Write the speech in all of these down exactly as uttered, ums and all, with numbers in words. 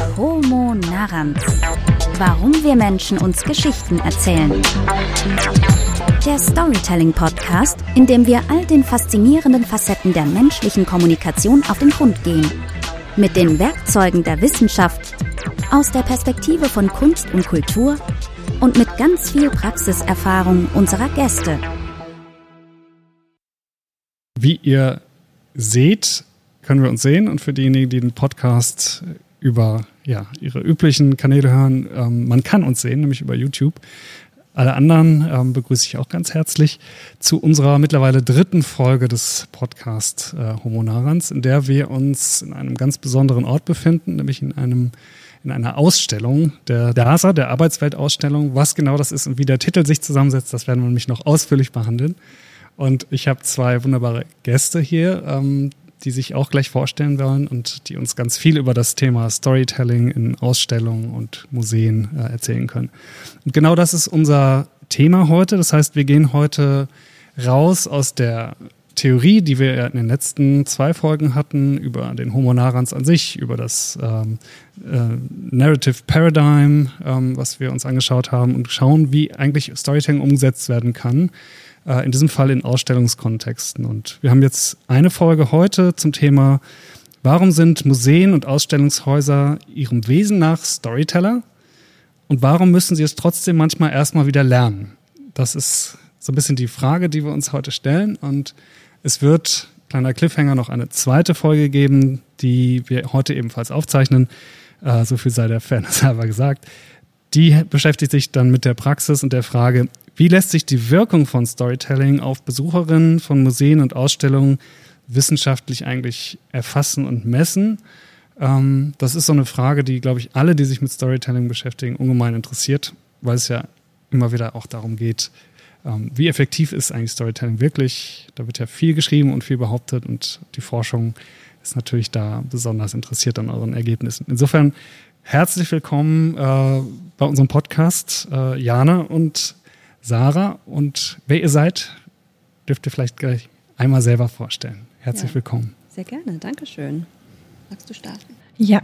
Homo Narrans. Warum wir Menschen uns Geschichten erzählen. Der Storytelling-Podcast, in dem wir all den faszinierenden Facetten der menschlichen Kommunikation auf den Grund gehen. Mit den Werkzeugen der Wissenschaft, aus der Perspektive von Kunst und Kultur und mit ganz viel Praxiserfahrung unserer Gäste. Wie ihr seht, können wir uns sehen, und für diejenigen, die den Podcast über ja, ihre üblichen Kanäle hören, ähm, man kann uns sehen, nämlich über YouTube. Alle anderen ähm, begrüße ich auch ganz herzlich zu unserer mittlerweile dritten Folge des Podcasts äh, Homo Narrans, in der wir uns in einem ganz besonderen Ort befinden, nämlich in einem in einer Ausstellung der DASA, der Arbeitsweltausstellung. Was genau das ist und wie der Titel sich zusammensetzt, das werden wir nämlich noch ausführlich behandeln. Und ich habe zwei wunderbare Gäste hier, ähm, die sich auch gleich vorstellen wollen und die uns ganz viel über das Thema Storytelling in Ausstellungen und Museen äh, erzählen können. Und genau das ist unser Thema heute. Das heißt, wir gehen heute raus aus der Theorie, die wir in den letzten zwei Folgen hatten, über den Homo Narrans an sich, über das ähm, äh, Narrative Paradigm, ähm, was wir uns angeschaut haben, und schauen, wie eigentlich Storytelling umgesetzt werden kann, äh, in diesem Fall in Ausstellungskontexten. Und wir haben jetzt eine Folge heute zum Thema, warum sind Museen und Ausstellungshäuser ihrem Wesen nach Storyteller und warum müssen sie es trotzdem manchmal erstmal wieder lernen? Das ist so ein bisschen die Frage, die wir uns heute stellen, und es wird, kleiner Cliffhanger, noch eine zweite Folge geben, die wir heute ebenfalls aufzeichnen. Äh, so viel sei der Fairness halber gesagt. Die beschäftigt sich dann mit der Praxis und der Frage, wie lässt sich die Wirkung von Storytelling auf Besucherinnen von Museen und Ausstellungen wissenschaftlich eigentlich erfassen und messen? Ähm, das ist so eine Frage, die, glaube ich, alle, die sich mit Storytelling beschäftigen, ungemein interessiert, weil es ja immer wieder auch darum geht, wie effektiv ist eigentlich Storytelling wirklich? Da wird ja viel geschrieben und viel behauptet, und die Forschung ist natürlich da besonders interessiert an euren Ergebnissen. Insofern herzlich willkommen äh, bei unserem Podcast, äh, Jana und Sarah. Und wer ihr seid, dürft ihr vielleicht gleich einmal selber vorstellen. Herzlich ja, willkommen. Sehr gerne, danke schön. Magst du starten? Ja.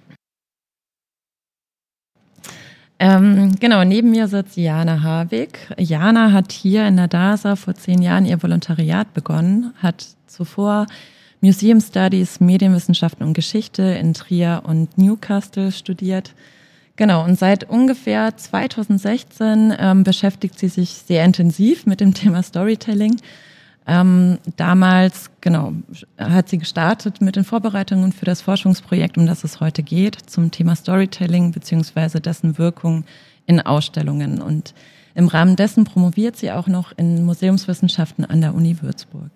Ähm, genau, neben mir sitzt Jana Harwig. Jana hat hier in der DASA vor zehn Jahren ihr Volontariat begonnen, hat zuvor Museum Studies, Medienwissenschaften und Geschichte in Trier und Newcastle studiert. Genau, und seit ungefähr zweitausendsechzehn ähm, beschäftigt sie sich sehr intensiv mit dem Thema Storytelling. Ähm, damals, genau, hat sie gestartet mit den Vorbereitungen für das Forschungsprojekt, um das es heute geht, zum Thema Storytelling bzw. dessen Wirkung in Ausstellungen. Und im Rahmen dessen promoviert sie auch noch in Museumswissenschaften an der Uni Würzburg.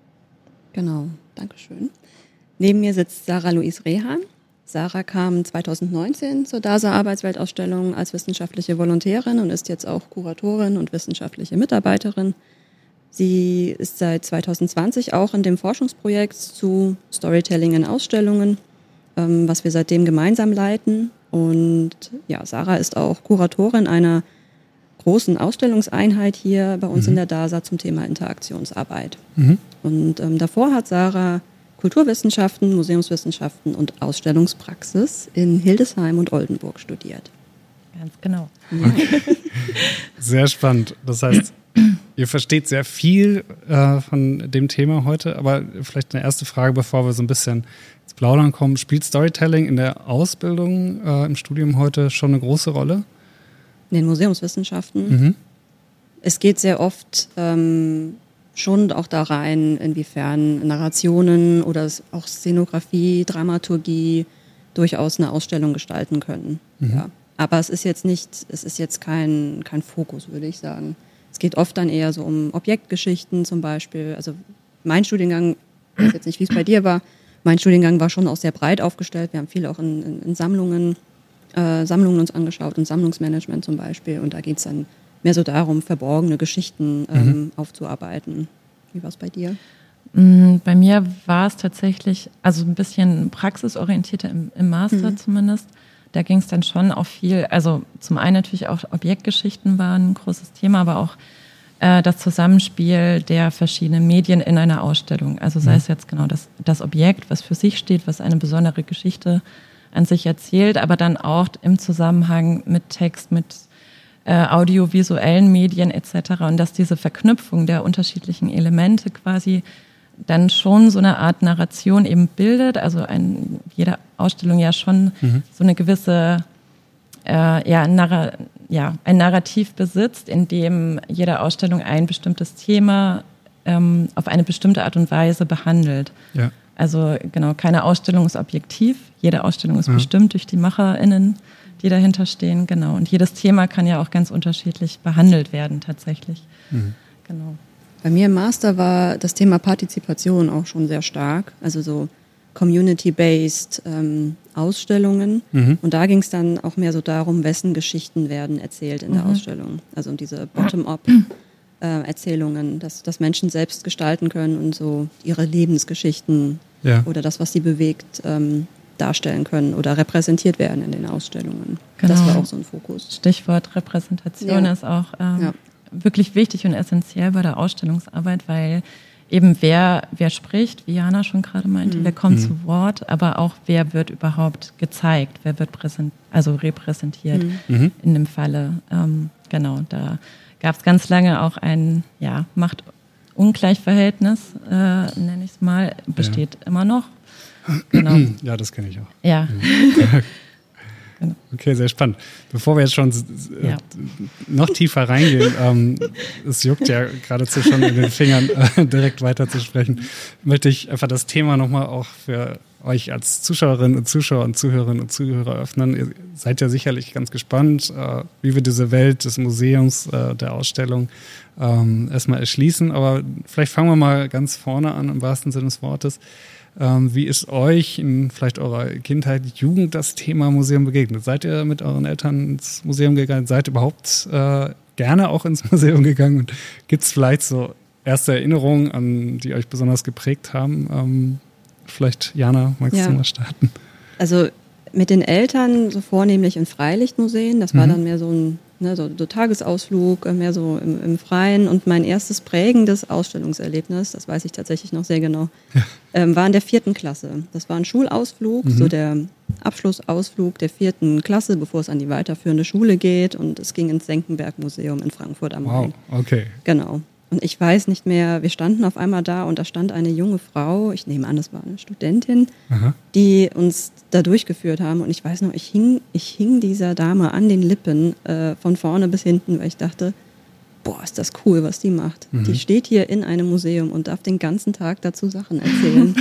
Genau, Dankeschön. Neben mir sitzt Sarah Louise Rehan. Sarah kam zweitausendneunzehn zur DASA Arbeitsweltausstellung als wissenschaftliche Volontärin und ist jetzt auch Kuratorin und wissenschaftliche Mitarbeiterin. Sie ist seit zweitausendzwanzig auch in dem Forschungsprojekt zu Storytelling in Ausstellungen, ähm, was wir seitdem gemeinsam leiten. Und ja, Sarah ist auch Kuratorin einer großen Ausstellungseinheit hier bei uns mhm. in der DASA zum Thema Interaktionsarbeit. Mhm. Und ähm, davor hat Sarah Kulturwissenschaften, Museumswissenschaften und Ausstellungspraxis in Hildesheim und Oldenburg studiert. Ganz genau. Okay. Sehr spannend. Das heißt, ihr versteht sehr viel äh, von dem Thema heute, aber vielleicht eine erste Frage, bevor wir so ein bisschen ins Plaudern kommen. Spielt Storytelling in der Ausbildung, äh, im Studium heute schon eine große Rolle? In den Museumswissenschaften? Mhm. Es geht sehr oft ähm, schon auch da rein, inwiefern Narrationen oder auch Szenografie, Dramaturgie durchaus eine Ausstellung gestalten können. Mhm. Ja. Aber es ist jetzt nicht, es ist jetzt kein, kein Fokus, würde ich sagen. Es geht oft dann eher so um Objektgeschichten zum Beispiel. Also mein Studiengang, ich weiß jetzt nicht, wie es bei dir war, mein Studiengang war schon auch sehr breit aufgestellt. Wir haben viel auch in, in, in Sammlungen, äh, Sammlungen uns angeschaut und Sammlungsmanagement zum Beispiel. Und da geht es dann mehr so darum, verborgene Geschichten ähm, mhm. aufzuarbeiten. Wie war es bei dir? Bei mir war es tatsächlich, also ein bisschen praxisorientierter im, im Master mhm. zumindest. Da ging es dann schon auch viel, also zum einen natürlich auch Objektgeschichten waren ein großes Thema, aber auch äh, das Zusammenspiel der verschiedenen Medien in einer Ausstellung. Also sei mhm. es jetzt genau das, das Objekt, was für sich steht, was eine besondere Geschichte an sich erzählt, aber dann auch im Zusammenhang mit Text, mit äh, audiovisuellen Medien et cetera. Und dass diese Verknüpfung der unterschiedlichen Elemente quasi dann schon so eine Art Narration eben bildet, also ein, jede Ausstellung ja schon mhm. so eine gewisse, äh, ja, Narra- ja, ein Narrativ besitzt, in dem jede Ausstellung ein bestimmtes Thema ähm, auf eine bestimmte Art und Weise behandelt. Ja. Also genau, keine Ausstellung ist objektiv, jede Ausstellung ist ja. bestimmt durch die MacherInnen, die dahinter stehen, genau. Und jedes Thema kann ja auch ganz unterschiedlich behandelt werden tatsächlich. Mhm. Genau. Bei mir im Master war das Thema Partizipation auch schon sehr stark, also so community-based ähm, Ausstellungen. Mhm. Und da ging es dann auch mehr so darum, wessen Geschichten werden erzählt in mhm. der Ausstellung. Also um diese Bottom-up-Erzählungen, äh, dass, dass Menschen selbst gestalten können und so ihre Lebensgeschichten ja. oder das, was sie bewegt, ähm, darstellen können oder repräsentiert werden in den Ausstellungen. Genau. Das war auch so ein Fokus. Stichwort Repräsentation ja. ist auch ähm, ja. wirklich wichtig und essentiell bei der Ausstellungsarbeit, weil eben wer, wer spricht, wie Jana schon gerade meinte, mhm. wer kommt mhm. zu Wort, aber auch wer wird überhaupt gezeigt, wer wird präsent, also repräsentiert mhm. in dem Falle. Ähm, genau, da gab es ganz lange auch ein ja, Machtungleichverhältnis, äh, nenne ich es mal, besteht ja. immer noch. Genau. Ja, das kenne ich auch. Ja. Genau. Okay, sehr spannend. Bevor wir jetzt schon äh, ja. noch tiefer reingehen, ähm, es juckt ja geradezu schon in den Fingern, äh, direkt weiter zu sprechen, möchte ich einfach das Thema nochmal auch für euch als Zuschauerinnen und Zuschauer und Zuhörerinnen und Zuhörer öffnen. Ihr seid ja sicherlich ganz gespannt, äh, wie wir diese Welt des Museums, äh, der Ausstellung ähm, erstmal erschließen. Aber vielleicht fangen wir mal ganz vorne an, im wahrsten Sinne des Wortes. Ähm, wie ist euch in vielleicht eurer Kindheit, Jugend das Thema Museum begegnet? Seid ihr mit euren Eltern ins Museum gegangen? Seid ihr überhaupt äh, gerne auch ins Museum gegangen? Und gibt es vielleicht so erste Erinnerungen, an die euch besonders geprägt haben? Ähm, vielleicht, Jana, magst ja. du mal starten? Also mit den Eltern so vornehmlich in Freilichtmuseen. Das war mhm. dann mehr so ein ne, so, so Tagesausflug, mehr so im, im Freien. Und mein erstes prägendes Ausstellungserlebnis, das weiß ich tatsächlich noch sehr genau, ja. ähm, war in der vierten Klasse. Das war ein Schulausflug, mhm. so der Abschlussausflug der vierten Klasse, bevor es an die weiterführende Schule geht. Und es ging ins Senckenberg-Museum in Frankfurt am Main. Wow, okay. Genau. Und ich weiß nicht mehr, wir standen auf einmal da und da stand eine junge Frau, ich nehme an, das war eine Studentin, Aha. die uns da durchgeführt haben. Und ich weiß noch, ich hing, ich hing dieser Dame an den Lippen äh, von vorne bis hinten, weil ich dachte, boah, ist das cool, was die macht. Mhm. Die steht hier in einem Museum und darf den ganzen Tag dazu Sachen erzählen.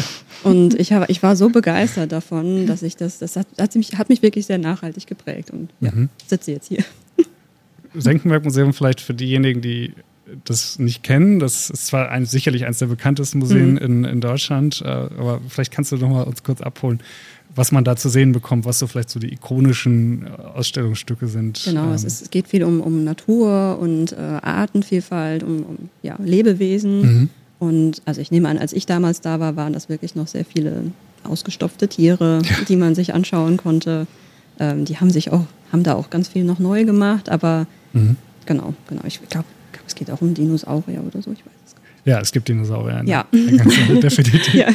Und ich, hab, ich war so begeistert davon, dass ich das, das hat, hat, mich, hat mich wirklich sehr nachhaltig geprägt. Und ja, mhm. sitze jetzt hier. Senckenberg-Museum vielleicht für diejenigen, die das nicht kennen. Das ist zwar ein, sicherlich eines der bekanntesten Museen mhm. in, in Deutschland, äh, aber vielleicht kannst du noch mal uns kurz abholen, was man da zu sehen bekommt, was so vielleicht so die ikonischen Ausstellungsstücke sind. Genau, ähm. es, ist, es geht viel um, um Natur und äh, Artenvielfalt, um, um ja, Lebewesen. Mhm. Und also ich nehme an, als ich damals da war, waren das wirklich noch sehr viele ausgestopfte Tiere, ja. die man sich anschauen konnte. Ähm, die haben sich auch, haben da auch ganz viel noch neu gemacht, aber mhm. genau, genau, ich glaube, es geht auch um Dinosaurier oder so, ich weiß es gar nicht. Ja, es gibt Dinosaurier. Ja. Ganz, definitiv. Ja.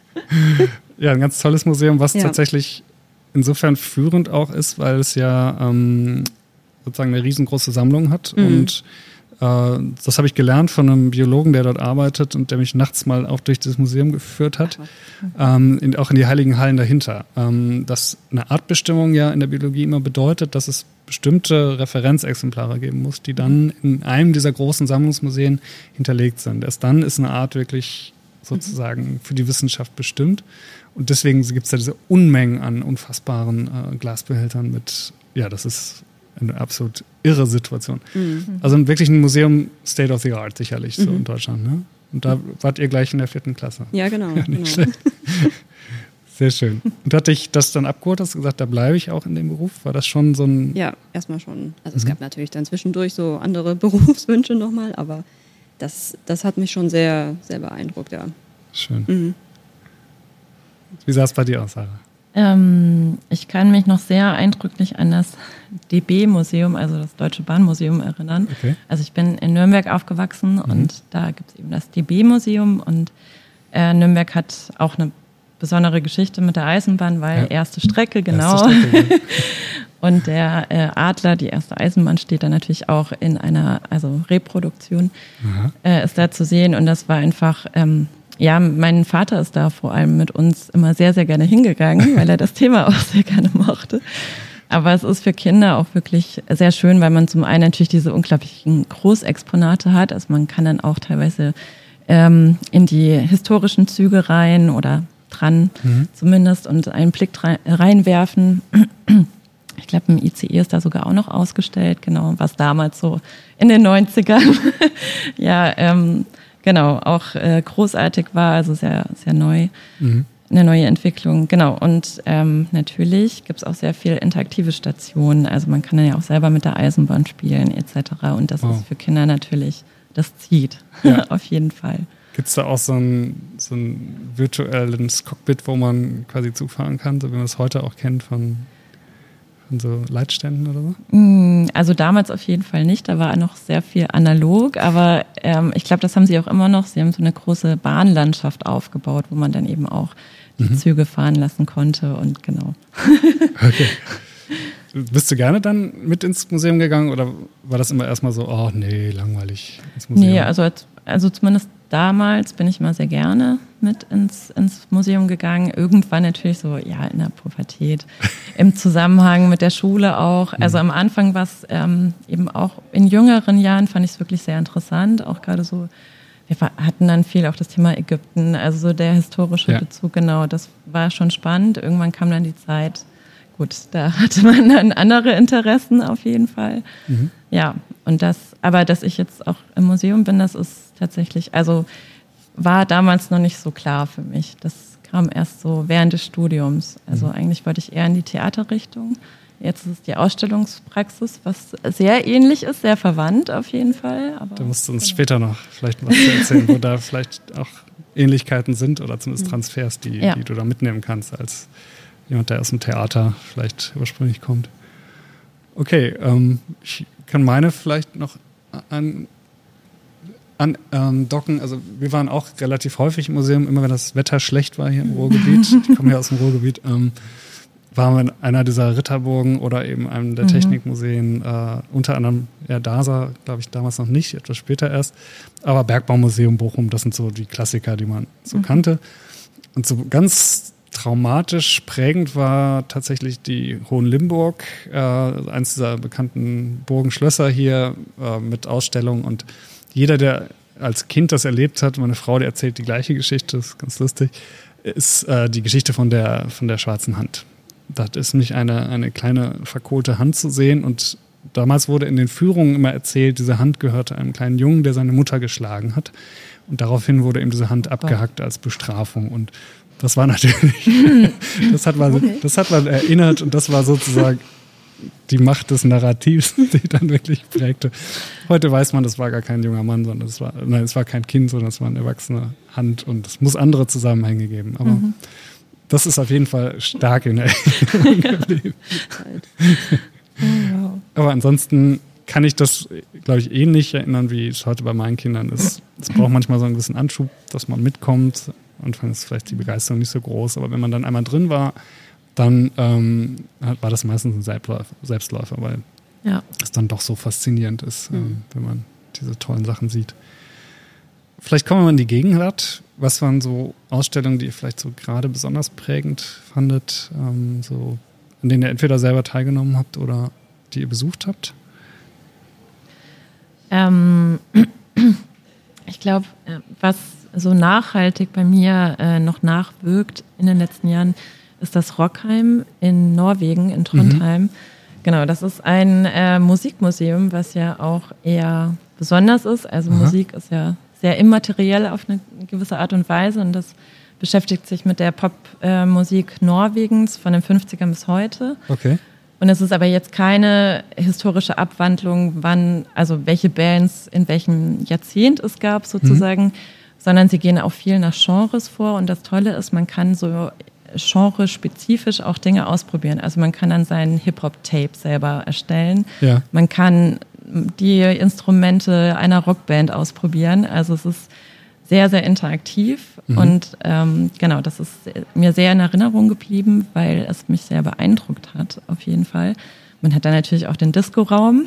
Ja, ein ganz tolles Museum, was ja. tatsächlich insofern führend auch ist, weil es ja ähm, sozusagen eine riesengroße Sammlung hat. Mhm. Und äh, das habe ich gelernt von einem Biologen, der dort arbeitet und der mich nachts mal auch durch das Museum geführt hat, Ach, mhm. ähm, in, auch in die heiligen Hallen dahinter. Ähm, dass eine Artbestimmung ja in der Biologie immer bedeutet, dass es bestimmte Referenzexemplare geben muss, die dann in einem dieser großen Sammlungsmuseen hinterlegt sind. Erst dann ist eine Art wirklich sozusagen für die Wissenschaft bestimmt. Und deswegen gibt es da diese Unmengen an unfassbaren äh, Glasbehältern mit, ja, das ist eine absolut irre Situation. Mhm. Also wirklich ein Museum State of the Art sicherlich so mhm. in Deutschland. Ne? Und da wart ihr gleich in der vierten Klasse. Ja, genau. Ja, nicht genau. Sehr schön. Und hat dich das dann abgeholt? Hast du gesagt, da bleibe ich auch in dem Beruf? War das schon so ein... Ja, erstmal schon. Also mhm. es gab natürlich dann zwischendurch so andere Berufswünsche nochmal, aber das, das hat mich schon sehr, sehr beeindruckt, ja. Schön. Mhm. Wie sah es bei dir aus, Sarah? Ähm, ich kann mich noch sehr eindrücklich an das D B-Museum, also das Deutsche Bahnmuseum, erinnern. Okay. Also ich bin in Nürnberg aufgewachsen mhm. und da gibt es eben das D B-Museum und äh, Nürnberg hat auch eine besondere Geschichte mit der Eisenbahn, weil ja. erste Strecke, genau. Erste Strecke, ja. Und der äh, Adler, die erste Eisenbahn, steht da natürlich auch in einer, also Reproduktion, äh, ist da zu sehen. Und das war einfach, ähm, ja, mein Vater ist da vor allem mit uns immer sehr, sehr gerne hingegangen, weil er das Thema auch sehr gerne mochte. Aber es ist für Kinder auch wirklich sehr schön, weil man zum einen natürlich diese unglaublichen Großexponate hat. Also man kann dann auch teilweise ähm, in die historischen Züge rein oder dran mhm. zumindest und einen Blick reinwerfen. Ich glaube, ein I C E ist da sogar auch noch ausgestellt, genau, was damals so in den neunzigern ja, ähm, genau, auch äh, großartig war, also sehr, sehr neu, mhm. eine neue Entwicklung, genau. Und ähm, natürlich gibt es auch sehr viel interaktive Stationen, also man kann dann ja auch selber mit der Eisenbahn spielen et cetera. Und das wow. ist für Kinder natürlich, das zieht, ja. auf jeden Fall. Gibt es da auch so ein, so ein virtuelles Cockpit, wo man quasi zufahren kann, so wie man es heute auch kennt von von so Leitständen oder so? Also damals auf jeden Fall nicht, da war noch sehr viel analog, aber ähm, ich glaube, das haben sie auch immer noch. Sie haben so eine große Bahnlandschaft aufgebaut, wo man dann eben auch die mhm. Züge fahren lassen konnte und genau. Okay. Bist du gerne dann mit ins Museum gegangen oder war das immer erstmal so, oh nee, langweilig ins Museum? Nee, also, also zumindest damals bin ich immer sehr gerne mit ins, ins Museum gegangen. Irgendwann natürlich so, ja, in der Pubertät, im Zusammenhang mit der Schule auch. Also am Anfang war es ähm, eben auch in jüngeren Jahren fand ich es wirklich sehr interessant, auch gerade so, wir hatten dann viel auch das Thema Ägypten, also so der historische ja. Bezug, genau, das war schon spannend. Irgendwann kam dann die Zeit, gut, da hatte man dann andere Interessen auf jeden Fall. Mhm. Ja, und das, aber dass ich jetzt auch im Museum bin, das ist tatsächlich, also war damals noch nicht so klar für mich. Das kam erst so während des Studiums. Also mhm. eigentlich wollte ich eher in die Theaterrichtung. Jetzt ist es die Ausstellungspraxis, was sehr ähnlich ist, sehr verwandt auf jeden Fall. Aber da musst du uns genau. später noch vielleicht was erzählen, wo da vielleicht auch Ähnlichkeiten sind oder zumindest Transfers, die, ja. die du da mitnehmen kannst als jemand, der aus dem Theater vielleicht ursprünglich kommt. Okay, ähm, ich kann meine vielleicht noch an, an ähm, docken. Also wir waren auch relativ häufig im Museum, immer wenn das Wetter schlecht war hier im Ruhrgebiet. Ich komme ja aus dem Ruhrgebiet. Ähm, waren wir in einer dieser Ritterburgen oder eben einem der mhm. Technikmuseen, äh, unter anderem ja, DASA, glaube ich, damals noch nicht, etwas später erst. Aber Bergbaumuseum Bochum, das sind so die Klassiker, die man so mhm. kannte. Und so ganz traumatisch prägend war tatsächlich die Hohenlimburg, äh, eins dieser bekannten Burgenschlösser hier äh, mit Ausstellungen. Und jeder, der als Kind das erlebt hat, meine Frau, die erzählt die gleiche Geschichte, das ist ganz lustig, ist äh, die Geschichte von der, von der schwarzen Hand. Da ist nämlich eine, eine kleine verkohlte Hand zu sehen und damals wurde in den Führungen immer erzählt, diese Hand gehörte einem kleinen Jungen, der seine Mutter geschlagen hat. Und daraufhin wurde ihm diese Hand abgehackt als Bestrafung. Und das war natürlich, das hat man, okay. das hat man erinnert und das war sozusagen die Macht des Narrativs, die dann wirklich prägte. Heute weiß man, das war gar kein junger Mann, sondern es war, nein, es war kein Kind, sondern es war eine erwachsene Hand und es muss andere Zusammenhänge geben. Aber mhm. das ist auf jeden Fall stark in Erinnerung geblieben. Wow. Aber ansonsten kann ich das, glaube ich, ähnlich erinnern, wie es heute bei meinen Kindern ist. Es braucht manchmal so einen gewissen Anschub, dass man mitkommt. Anfangs ist vielleicht die Begeisterung nicht so groß, aber wenn man dann einmal drin war, dann ähm, war das meistens ein Selbstläufer, Selbstläufer weil ja. es dann doch so faszinierend ist, mhm. ähm, wenn man diese tollen Sachen sieht. Vielleicht kommen wir mal in die Gegenwart. Was waren so Ausstellungen, die ihr vielleicht so gerade besonders prägend fandet, ähm, so, an denen ihr entweder selber teilgenommen habt oder die ihr besucht habt? Ähm, ich glaube, was so nachhaltig bei mir äh, noch nachwirkt in den letzten Jahren, ist das Rockheim in Norwegen, in Trondheim. Mhm. Genau, das ist ein äh, Musikmuseum, was ja auch eher besonders ist. Also Aha. Musik ist ja sehr immateriell auf eine gewisse Art und Weise und das beschäftigt sich mit der Popmusik äh, Norwegens von den fünfzigern bis heute. Okay. Und es ist aber jetzt keine historische Abwandlung, wann, also welche Bands in welchem Jahrzehnt es gab sozusagen, mhm. sondern sie gehen auch viel nach Genres vor und das Tolle ist, man kann so genrespezifisch auch Dinge ausprobieren. Also man kann dann seinen Hip-Hop-Tape selber erstellen. Ja. Man kann die Instrumente einer Rockband ausprobieren. Also es ist sehr, sehr interaktiv. Mhm. Und ähm, genau, das ist mir sehr in Erinnerung geblieben, weil es mich sehr beeindruckt hat, auf jeden Fall. Man hat dann natürlich auch den Disco-Raum,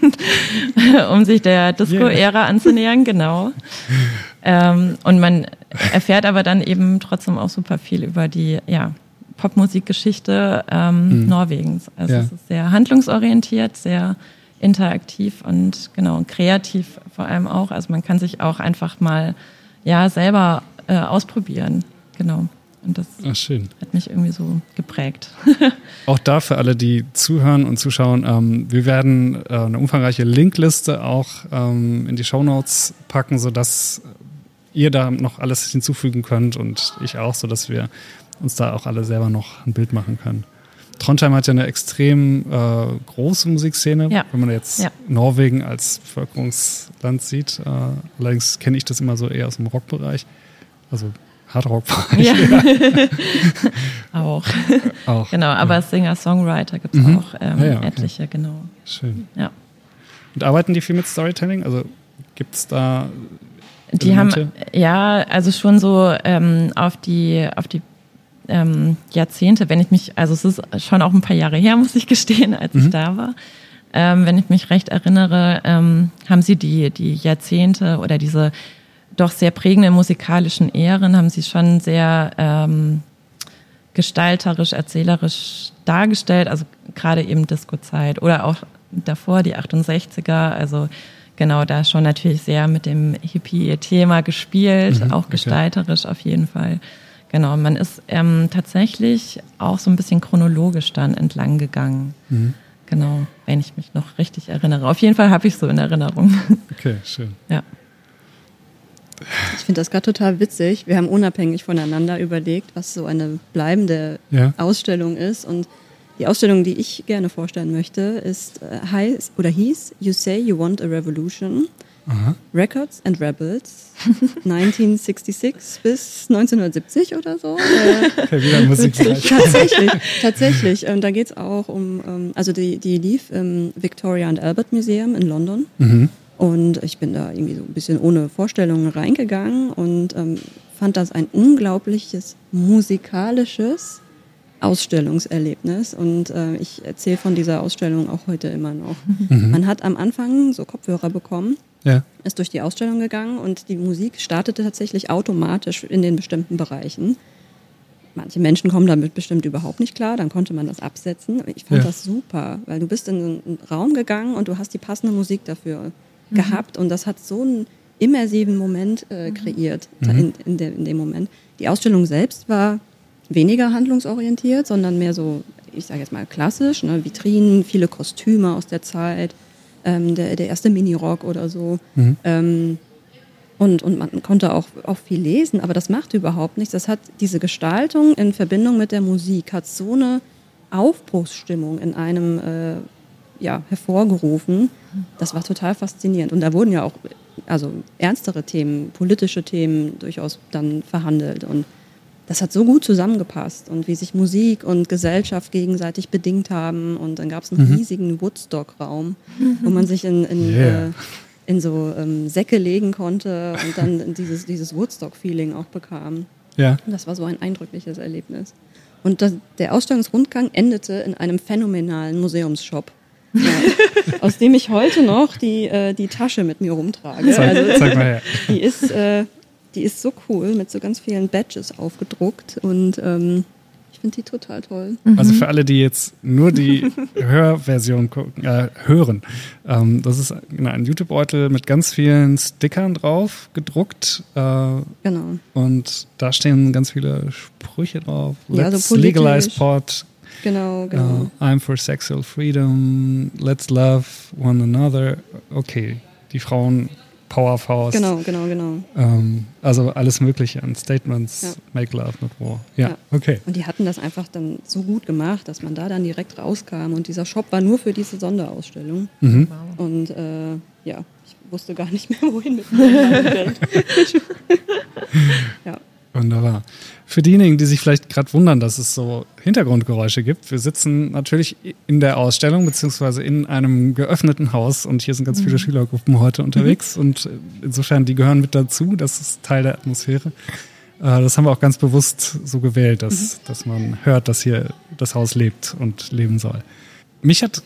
um sich der Disco-Ära yeah. anzunähern, genau. ähm, und man erfährt aber dann eben trotzdem auch super viel über die ja, Popmusikgeschichte ähm, mhm. Norwegens. Also ja. es ist sehr handlungsorientiert, sehr interaktiv und genau kreativ vor allem auch. Also man kann sich auch einfach mal ja selber äh, ausprobieren, genau. Und das Ach, schön. hat mich irgendwie so geprägt. Auch da für alle, die zuhören und zuschauen, ähm, wir werden äh, eine umfangreiche Linkliste auch ähm, in die Shownotes packen, sodass ihr da noch alles hinzufügen könnt und ich auch, sodass wir uns da auch alle selber noch ein Bild machen können. Trondheim hat ja eine extrem äh, große Musikszene, ja. wenn man jetzt ja. Norwegen als Bevölkerungsland sieht. Äh, allerdings kenne ich das immer so eher aus dem Rockbereich. Also Hardrock-Bereich. Ja. Ja. auch. auch. Genau, aber ja. Singer-Songwriter gibt es mhm. auch ähm, ja, ja, okay. etliche, genau. Schön. Ja. Und arbeiten die viel mit Storytelling? Also gibt es da Die Elemente? haben, ja, also schon so ähm, auf die, auf die ähm, Jahrzehnte, wenn ich mich, also es ist schon auch ein paar Jahre her, muss ich gestehen, als mhm. ich da war. Ähm, wenn ich mich recht erinnere, ähm, haben sie die, die Jahrzehnte oder diese doch sehr prägenden musikalischen Ähren haben sie schon sehr ähm, gestalterisch, erzählerisch dargestellt, also gerade eben Disco-Zeit oder auch davor die achtundsechziger, also genau, da schon natürlich sehr mit dem Hippie-Thema gespielt, mhm, auch gestalterisch okay. auf jeden Fall. Genau, man ist ähm, tatsächlich auch so ein bisschen chronologisch dann entlang gegangen. Mhm. Genau, wenn ich mich noch richtig erinnere. Auf jeden Fall habe ich so in Erinnerung. Okay, schön. Ja. Ich finde das gerade total witzig. Wir haben unabhängig voneinander überlegt, was so eine bleibende ja. Ausstellung ist. Und die Ausstellung, die ich gerne vorstellen möchte, ist äh, heißt oder hieß You Say You Want a Revolution. Aha. Records and Rebels neunzehnhundertsechsundsechzig bis neunzehnhundertsiebzig oder so. Äh, okay, wieder Musik. tatsächlich, tatsächlich. Und da geht es auch um, um, also die, die lief im Victoria and Albert Museum in London. Mhm. Und ich bin da irgendwie so ein bisschen ohne Vorstellungen reingegangen und ähm, fand das ein unglaubliches musikalisches Ausstellungserlebnis. Und äh, ich erzähle von dieser Ausstellung auch heute immer noch. Mhm. Man hat am Anfang so Kopfhörer bekommen, ja. ist durch die Ausstellung gegangen und die Musik startete tatsächlich automatisch in den bestimmten Bereichen. Manche Menschen kommen damit bestimmt überhaupt nicht klar, dann konnte man das absetzen. Ich fand ja. das super, weil du bist in einen Raum gegangen und du hast die passende Musik dafür mhm. gehabt und das hat so einen immersiven Moment äh, kreiert mhm. in, in, de, in dem Moment. Die Ausstellung selbst war weniger handlungsorientiert, sondern mehr so, ich sage jetzt mal klassisch, ne? Vitrinen, viele Kostüme aus der Zeit, ähm, der, der erste Minirock oder so. Mhm. Ähm, und, und man konnte auch, auch viel lesen, aber das macht überhaupt nichts. Das hat diese Gestaltung in Verbindung mit der Musik, hat so eine Aufbruchsstimmung in einem äh, ja, hervorgerufen. Das war total faszinierend. Und da wurden ja auch also ernstere Themen, politische Themen durchaus dann verhandelt. Und das hat so gut zusammengepasst und wie sich Musik und Gesellschaft gegenseitig bedingt haben. Und dann gab es einen mhm. riesigen Woodstock-Raum, mhm. wo man sich in, in, yeah. äh, in so ähm, Säcke legen konnte und dann dieses, dieses Woodstock-Feeling auch bekam. Ja. Und das war so ein eindrückliches Erlebnis. Und das, der Ausstellungsrundgang endete in einem phänomenalen Museumsshop, ja, aus dem ich heute noch die, äh, die Tasche mit mir rumtrage. Zeig, also, zeig mal her. Die ist... Äh, Die ist so cool, mit so ganz vielen Badges aufgedruckt und ähm, ich finde die total toll. Also für alle, die jetzt nur die Hörversion gucken, äh, hören, ähm, das ist ein YouTube-Beutel mit ganz vielen Stickern drauf gedruckt. Äh, genau. Und da stehen ganz viele Sprüche drauf. Ja, Let's so legalize pot. Genau, genau. Uh, I'm for sexual freedom. Let's love one another. Okay, die Frauen... Powerfaust. Genau, genau, genau. Ähm, also alles Mögliche an Statements, ja. Make love, not war. Ja, ja, okay. Und die hatten das einfach dann so gut gemacht, dass man da dann direkt rauskam. Und dieser Shop war nur für diese Sonderausstellung. Mhm. Und äh, ja, ich wusste gar nicht mehr, wohin mit meinem Geld. Ja. Wunderbar. Für diejenigen, die sich vielleicht gerade wundern, dass es so Hintergrundgeräusche gibt, wir sitzen natürlich in der Ausstellung beziehungsweise in einem geöffneten Haus und hier sind ganz mhm. viele Schülergruppen heute unterwegs mhm. und insofern, die gehören mit dazu, das ist Teil der Atmosphäre. Das haben wir auch ganz bewusst so gewählt, dass, mhm. dass man hört, dass hier das Haus lebt und leben soll. Mich hat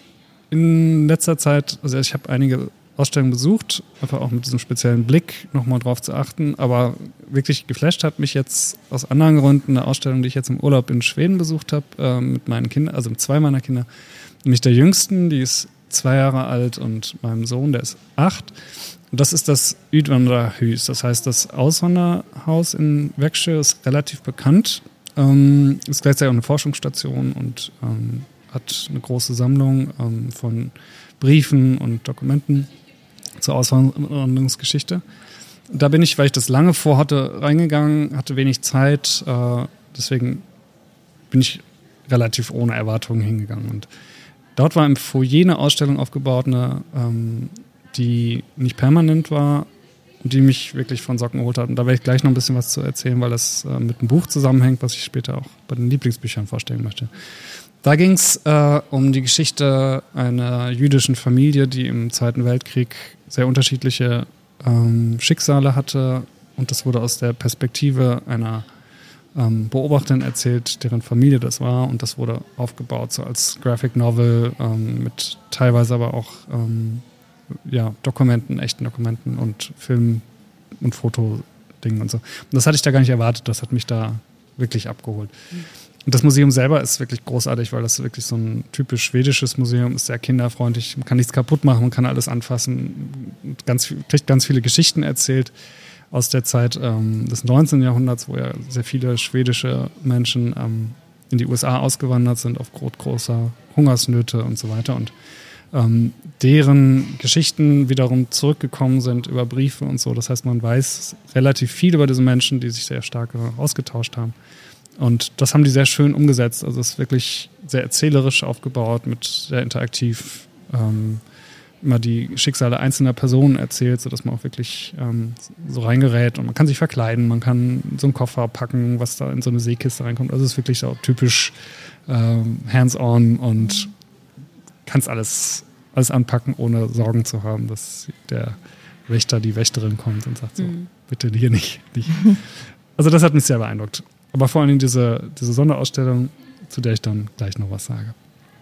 in letzter Zeit, also ich habe einige Ausstellungen besucht, einfach auch mit diesem speziellen Blick nochmal drauf zu achten, aber wirklich geflasht hat mich jetzt aus anderen Gründen eine Ausstellung, die ich jetzt im Urlaub in Schweden besucht habe, äh, mit meinen Kindern, also mit zwei meiner Kinder, nämlich der Jüngsten, die ist zwei Jahre alt und meinem Sohn, der ist acht. Und das ist das Utvandrarhus, das heißt, das Auswanderhaus in Växjö ist relativ bekannt, ähm, ist gleichzeitig auch eine Forschungsstation und ähm, hat eine große Sammlung ähm, von Briefen und Dokumenten zur Auswanderungsgeschichte. Da bin ich, weil ich das lange vorhatte, reingegangen, hatte wenig Zeit, äh, deswegen bin ich relativ ohne Erwartungen hingegangen. Und dort war im Foyer eine Ausstellung aufgebaut, eine, ähm, die nicht permanent war und die mich wirklich von Socken geholt hat. Und da werde ich gleich noch ein bisschen was zu erzählen, weil das äh, mit einem Buch zusammenhängt, was ich später auch bei den Lieblingsbüchern vorstellen möchte. Da ging es äh, um die Geschichte einer jüdischen Familie, die im Zweiten Weltkrieg sehr unterschiedliche ähm, Schicksale hatte. Und das wurde aus der Perspektive einer ähm, Beobachterin erzählt, deren Familie das war. Und das wurde aufgebaut so als Graphic Novel ähm, mit teilweise aber auch ähm, ja, Dokumenten, echten Dokumenten und Film- und Fotodingen und so. Und das hatte ich da gar nicht erwartet. Das hat mich da wirklich abgeholt. Mhm. Und das Museum selber ist wirklich großartig, weil das wirklich so ein typisch schwedisches Museum ist, sehr kinderfreundlich. Man kann nichts kaputt machen, man kann alles anfassen. Ganz, kriegt ganz viele Geschichten erzählt aus der Zeit ähm, des neunzehnten Jahrhunderts, wo ja sehr viele schwedische Menschen ähm, in die U S A ausgewandert sind aufgrund großer Hungersnöte und so weiter. Und ähm, deren Geschichten wiederum zurückgekommen sind über Briefe und so. Das heißt, man weiß relativ viel über diese Menschen, die sich sehr stark ausgetauscht haben. Und das haben die sehr schön umgesetzt. Also es ist wirklich sehr erzählerisch aufgebaut, mit sehr interaktiv ähm, immer die Schicksale einzelner Personen erzählt, sodass man auch wirklich ähm, so reingerät. Und man kann sich verkleiden, man kann so einen Koffer packen, was da in so eine Seekiste reinkommt. Also es ist wirklich so typisch ähm, hands-on und kannst alles, alles anpacken, ohne Sorgen zu haben, dass der Wächter, die Wächterin kommt und sagt so, mhm. bitte hier nicht, nicht. Also das hat mich sehr beeindruckt. Aber vor allem diese, diese Sonderausstellung, zu der ich dann gleich noch was sage.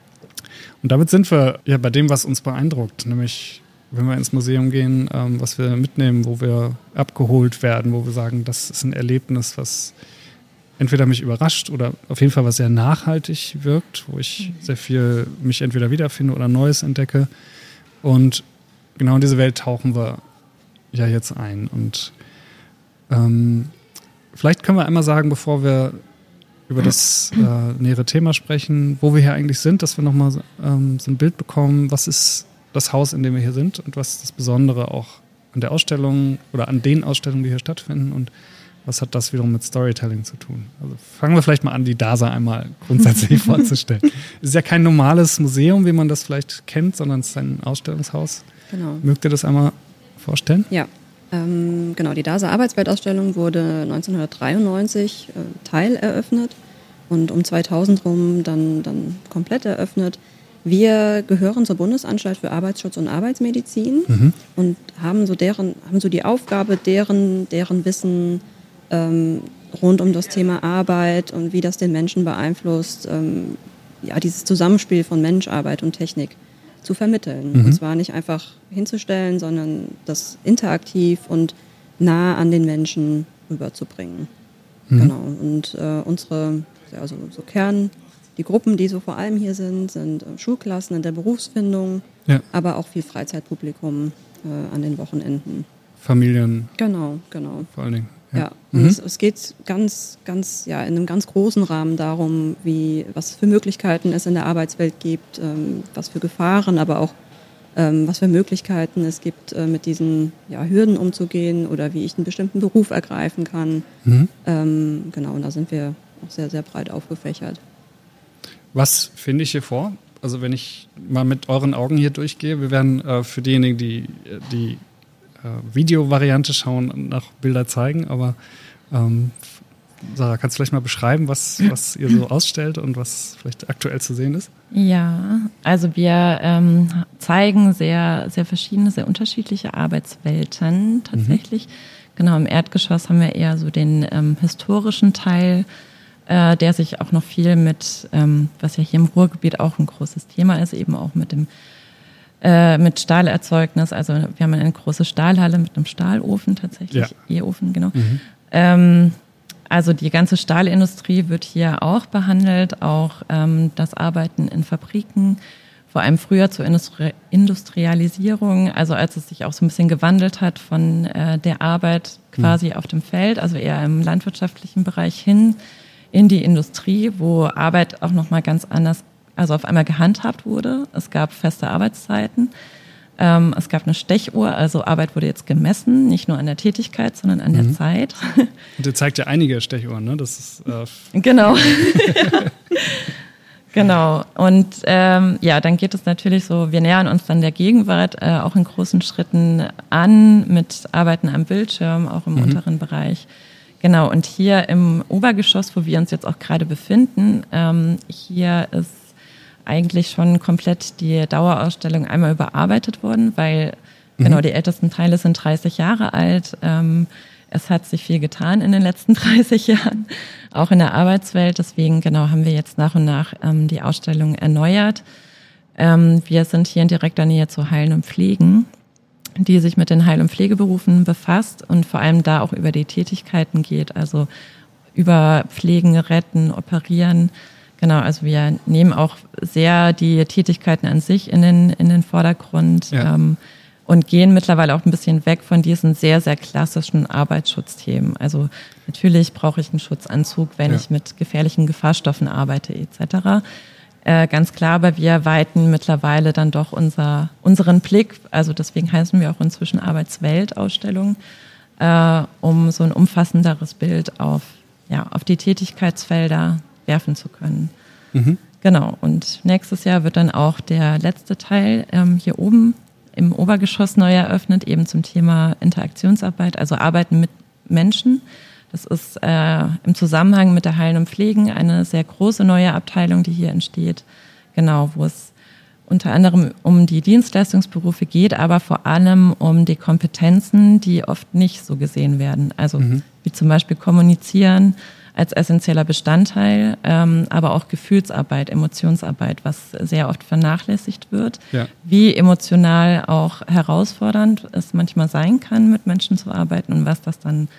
Und damit sind wir ja bei dem, was uns beeindruckt, nämlich wenn wir ins Museum gehen, ähm, was wir mitnehmen, wo wir abgeholt werden, wo wir sagen, das ist ein Erlebnis, was entweder mich überrascht oder auf jeden Fall was sehr nachhaltig wirkt, wo ich sehr viel mich entweder wiederfinde oder Neues entdecke. Und genau in diese Welt tauchen wir ja jetzt ein. Und ähm, vielleicht können wir einmal sagen, bevor wir über das äh, nähere Thema sprechen, wo wir hier eigentlich sind, dass wir nochmal ähm, so ein Bild bekommen, was ist das Haus, in dem wir hier sind und was ist das Besondere auch an der Ausstellung oder an den Ausstellungen, die hier stattfinden und was hat das wiederum mit Storytelling zu tun. Also fangen wir vielleicht mal an, die DASA einmal grundsätzlich vorzustellen. Es ist ja kein normales Museum, wie man das vielleicht kennt, sondern es ist ein Ausstellungshaus. Genau. Mögt ihr das einmal vorstellen? Ja. Ähm, genau, die DASA Arbeitsweltausstellung wurde neunzehnhundertdreiundneunzig äh, teileröffnet und um zweitausend rum dann, dann komplett eröffnet. Wir gehören zur Bundesanstalt für Arbeitsschutz und Arbeitsmedizin mhm. und haben so, deren, haben so die Aufgabe, deren, deren Wissen ähm, rund um das Thema Arbeit und wie das den Menschen beeinflusst, ähm, ja, dieses Zusammenspiel von Mensch, Arbeit und Technik zu vermitteln. Mhm. Und zwar nicht einfach hinzustellen, sondern das interaktiv und nah an den Menschen rüberzubringen. Mhm. Genau. Und äh, unsere, also so Kern, die Gruppen, die so vor allem hier sind, sind äh, Schulklassen in der Berufsfindung, ja. aber auch viel Freizeitpublikum äh, an den Wochenenden. Familien. Genau, genau. Vor allen Dingen. Ja, ja. Und mhm. es, es geht ganz, ganz, ja, in einem ganz großen Rahmen darum, wie, was für Möglichkeiten es in der Arbeitswelt gibt, ähm, was für Gefahren, aber auch ähm, was für Möglichkeiten es gibt, äh, mit diesen ja, Hürden umzugehen oder wie ich einen bestimmten Beruf ergreifen kann. Mhm. Ähm, genau, und da sind wir auch sehr, sehr breit aufgefächert. Was finde ich hier vor? Also wenn ich mal mit euren Augen hier durchgehe, wir werden äh, für diejenigen, die die Videovariante schauen, nach Bilder zeigen, aber ähm, Sarah, kannst du vielleicht mal beschreiben, was, was ihr so ausstellt und was vielleicht aktuell zu sehen ist? Ja, also wir ähm, zeigen sehr, sehr verschiedene, sehr unterschiedliche Arbeitswelten tatsächlich. Mhm. Genau, im Erdgeschoss haben wir eher so den ähm, historischen Teil, äh, der sich auch noch viel mit, ähm, was ja hier im Ruhrgebiet auch ein großes Thema ist, eben auch mit dem äh, mit Stahlerzeugnis. Also wir haben eine große Stahlhalle mit einem Stahlofen tatsächlich, ja. E-Ofen, genau. Mhm. Ähm, Also die ganze Stahlindustrie wird hier auch behandelt, auch ähm, das Arbeiten in Fabriken, vor allem früher zur Industri- Industrialisierung, also als es sich auch so ein bisschen gewandelt hat von äh, der Arbeit quasi mhm. auf dem Feld, also eher im landwirtschaftlichen Bereich hin in die Industrie, wo Arbeit auch nochmal ganz anders, also auf einmal gehandhabt wurde. Es gab feste Arbeitszeiten. Ähm, es gab eine Stechuhr, also Arbeit wurde jetzt gemessen, nicht nur an der Tätigkeit, sondern an mhm. der Zeit. Und ihr zeigt ja einige Stechuhren, ne? Das ist äh genau. Genau. Und ähm, ja, dann geht es natürlich so, wir nähern uns dann der Gegenwart äh, auch in großen Schritten an mit Arbeiten am Bildschirm, auch im mhm. unteren Bereich. Genau. Und hier im Obergeschoss, wo wir uns jetzt auch gerade befinden, ähm, hier ist eigentlich schon komplett die Dauerausstellung einmal überarbeitet worden, weil mhm. genau die ältesten Teile sind dreißig Jahre alt. Ähm, es hat sich viel getan in den letzten dreißig Jahren, auch in der Arbeitswelt. Deswegen genau haben wir jetzt nach und nach ähm, die Ausstellung erneuert. Ähm, wir sind hier in direkter Nähe zu Heilen und Pflegen, die sich mit den Heil- und Pflegeberufen befasst und vor allem da auch über die Tätigkeiten geht, also über Pflegen, Retten, Operieren. Genau, also wir nehmen auch sehr die Tätigkeiten an sich in den, in den Vordergrund ja. ähm, und gehen mittlerweile auch ein bisschen weg von diesen sehr, sehr klassischen Arbeitsschutzthemen. Also natürlich brauche ich einen Schutzanzug, wenn ja. ich mit gefährlichen Gefahrstoffen arbeite et cetera. Äh, ganz klar, aber wir weiten mittlerweile dann doch unser, unseren Blick, also deswegen heißen wir auch inzwischen Arbeitsweltausstellung, äh, um so ein umfassenderes Bild auf, ja, auf die Tätigkeitsfelder werfen zu können. Mhm. Genau, und nächstes Jahr wird dann auch der letzte Teil ähm, hier oben im Obergeschoss neu eröffnet, eben zum Thema Interaktionsarbeit, also Arbeiten mit Menschen. Das ist äh, im Zusammenhang mit der Heilen und Pflegen eine sehr große neue Abteilung, die hier entsteht, genau, wo es unter anderem um die Dienstleistungsberufe geht, aber vor allem um die Kompetenzen, die oft nicht so gesehen werden. Also mhm. wie zum Beispiel Kommunizieren, als essentieller Bestandteil, ähm, aber auch Gefühlsarbeit, Emotionsarbeit, was sehr oft vernachlässigt wird. Ja. Wie emotional auch herausfordernd es manchmal sein kann, mit Menschen zu arbeiten und was das dann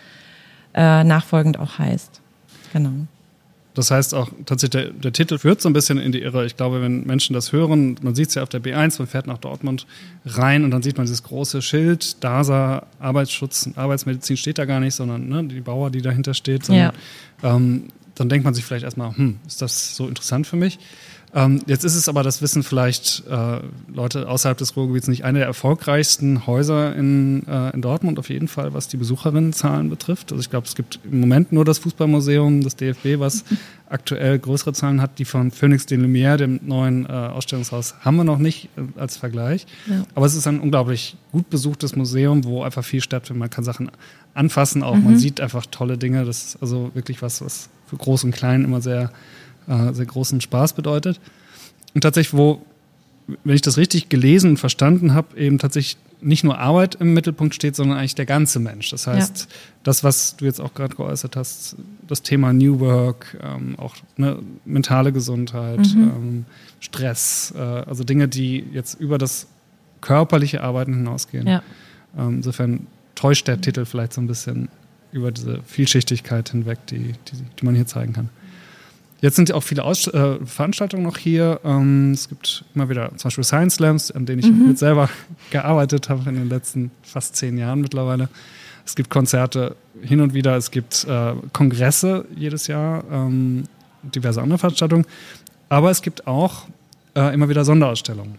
äh, nachfolgend auch heißt. Genau. Das heißt auch tatsächlich, der, der Titel führt so ein bisschen in die Irre. Ich glaube, wenn Menschen das hören, man sieht es ja auf der B eins, man fährt nach Dortmund rein und dann sieht man dieses große Schild, D A S A, Arbeitsschutz, Arbeitsmedizin steht da gar nicht, sondern ne, die Bauer, die dahinter steht. Sondern, ja. ähm, dann denkt man sich vielleicht erstmal, hm, ist das so interessant für mich? Ähm, jetzt ist es aber, das wissen vielleicht äh, Leute außerhalb des Ruhrgebiets nicht, eine der erfolgreichsten Häuser in, äh, in Dortmund auf jeden Fall, was die Besucherinnenzahlen betrifft. Also ich glaube, es gibt im Moment nur das Fußballmuseum, das D F B, was aktuell größere Zahlen hat. Die von Phoenix de Lumière, dem neuen äh, Ausstellungshaus, haben wir noch nicht äh, als Vergleich. Ja. Aber es ist ein unglaublich gut besuchtes Museum, wo einfach viel stattfindet. Man kann Sachen anfassen, auch mhm. man sieht einfach tolle Dinge. Das ist also wirklich was, was für Groß und Klein immer sehr sehr großen Spaß bedeutet. Und tatsächlich, wo, wenn ich das richtig gelesen und verstanden habe, eben tatsächlich nicht nur Arbeit im Mittelpunkt steht, sondern eigentlich der ganze Mensch. Das heißt, ja. das, was du jetzt auch gerade geäußert hast, das Thema New Work, ähm, auch ne, mentale Gesundheit, mhm. ähm, Stress, äh, also Dinge, die jetzt über das körperliche Arbeiten hinausgehen. Ja. Ähm, insofern täuscht der Titel vielleicht so ein bisschen über diese Vielschichtigkeit hinweg, die, die, die man hier zeigen kann. Jetzt sind ja auch viele Aus- äh, Veranstaltungen noch hier. Ähm, es gibt immer wieder zum Beispiel Science Slams, an denen ich mhm. mit selber gearbeitet habe in den letzten fast zehn Jahren mittlerweile. Es gibt Konzerte hin und wieder, es gibt äh, Kongresse jedes Jahr, ähm, diverse andere Veranstaltungen. Aber es gibt auch äh, immer wieder Sonderausstellungen.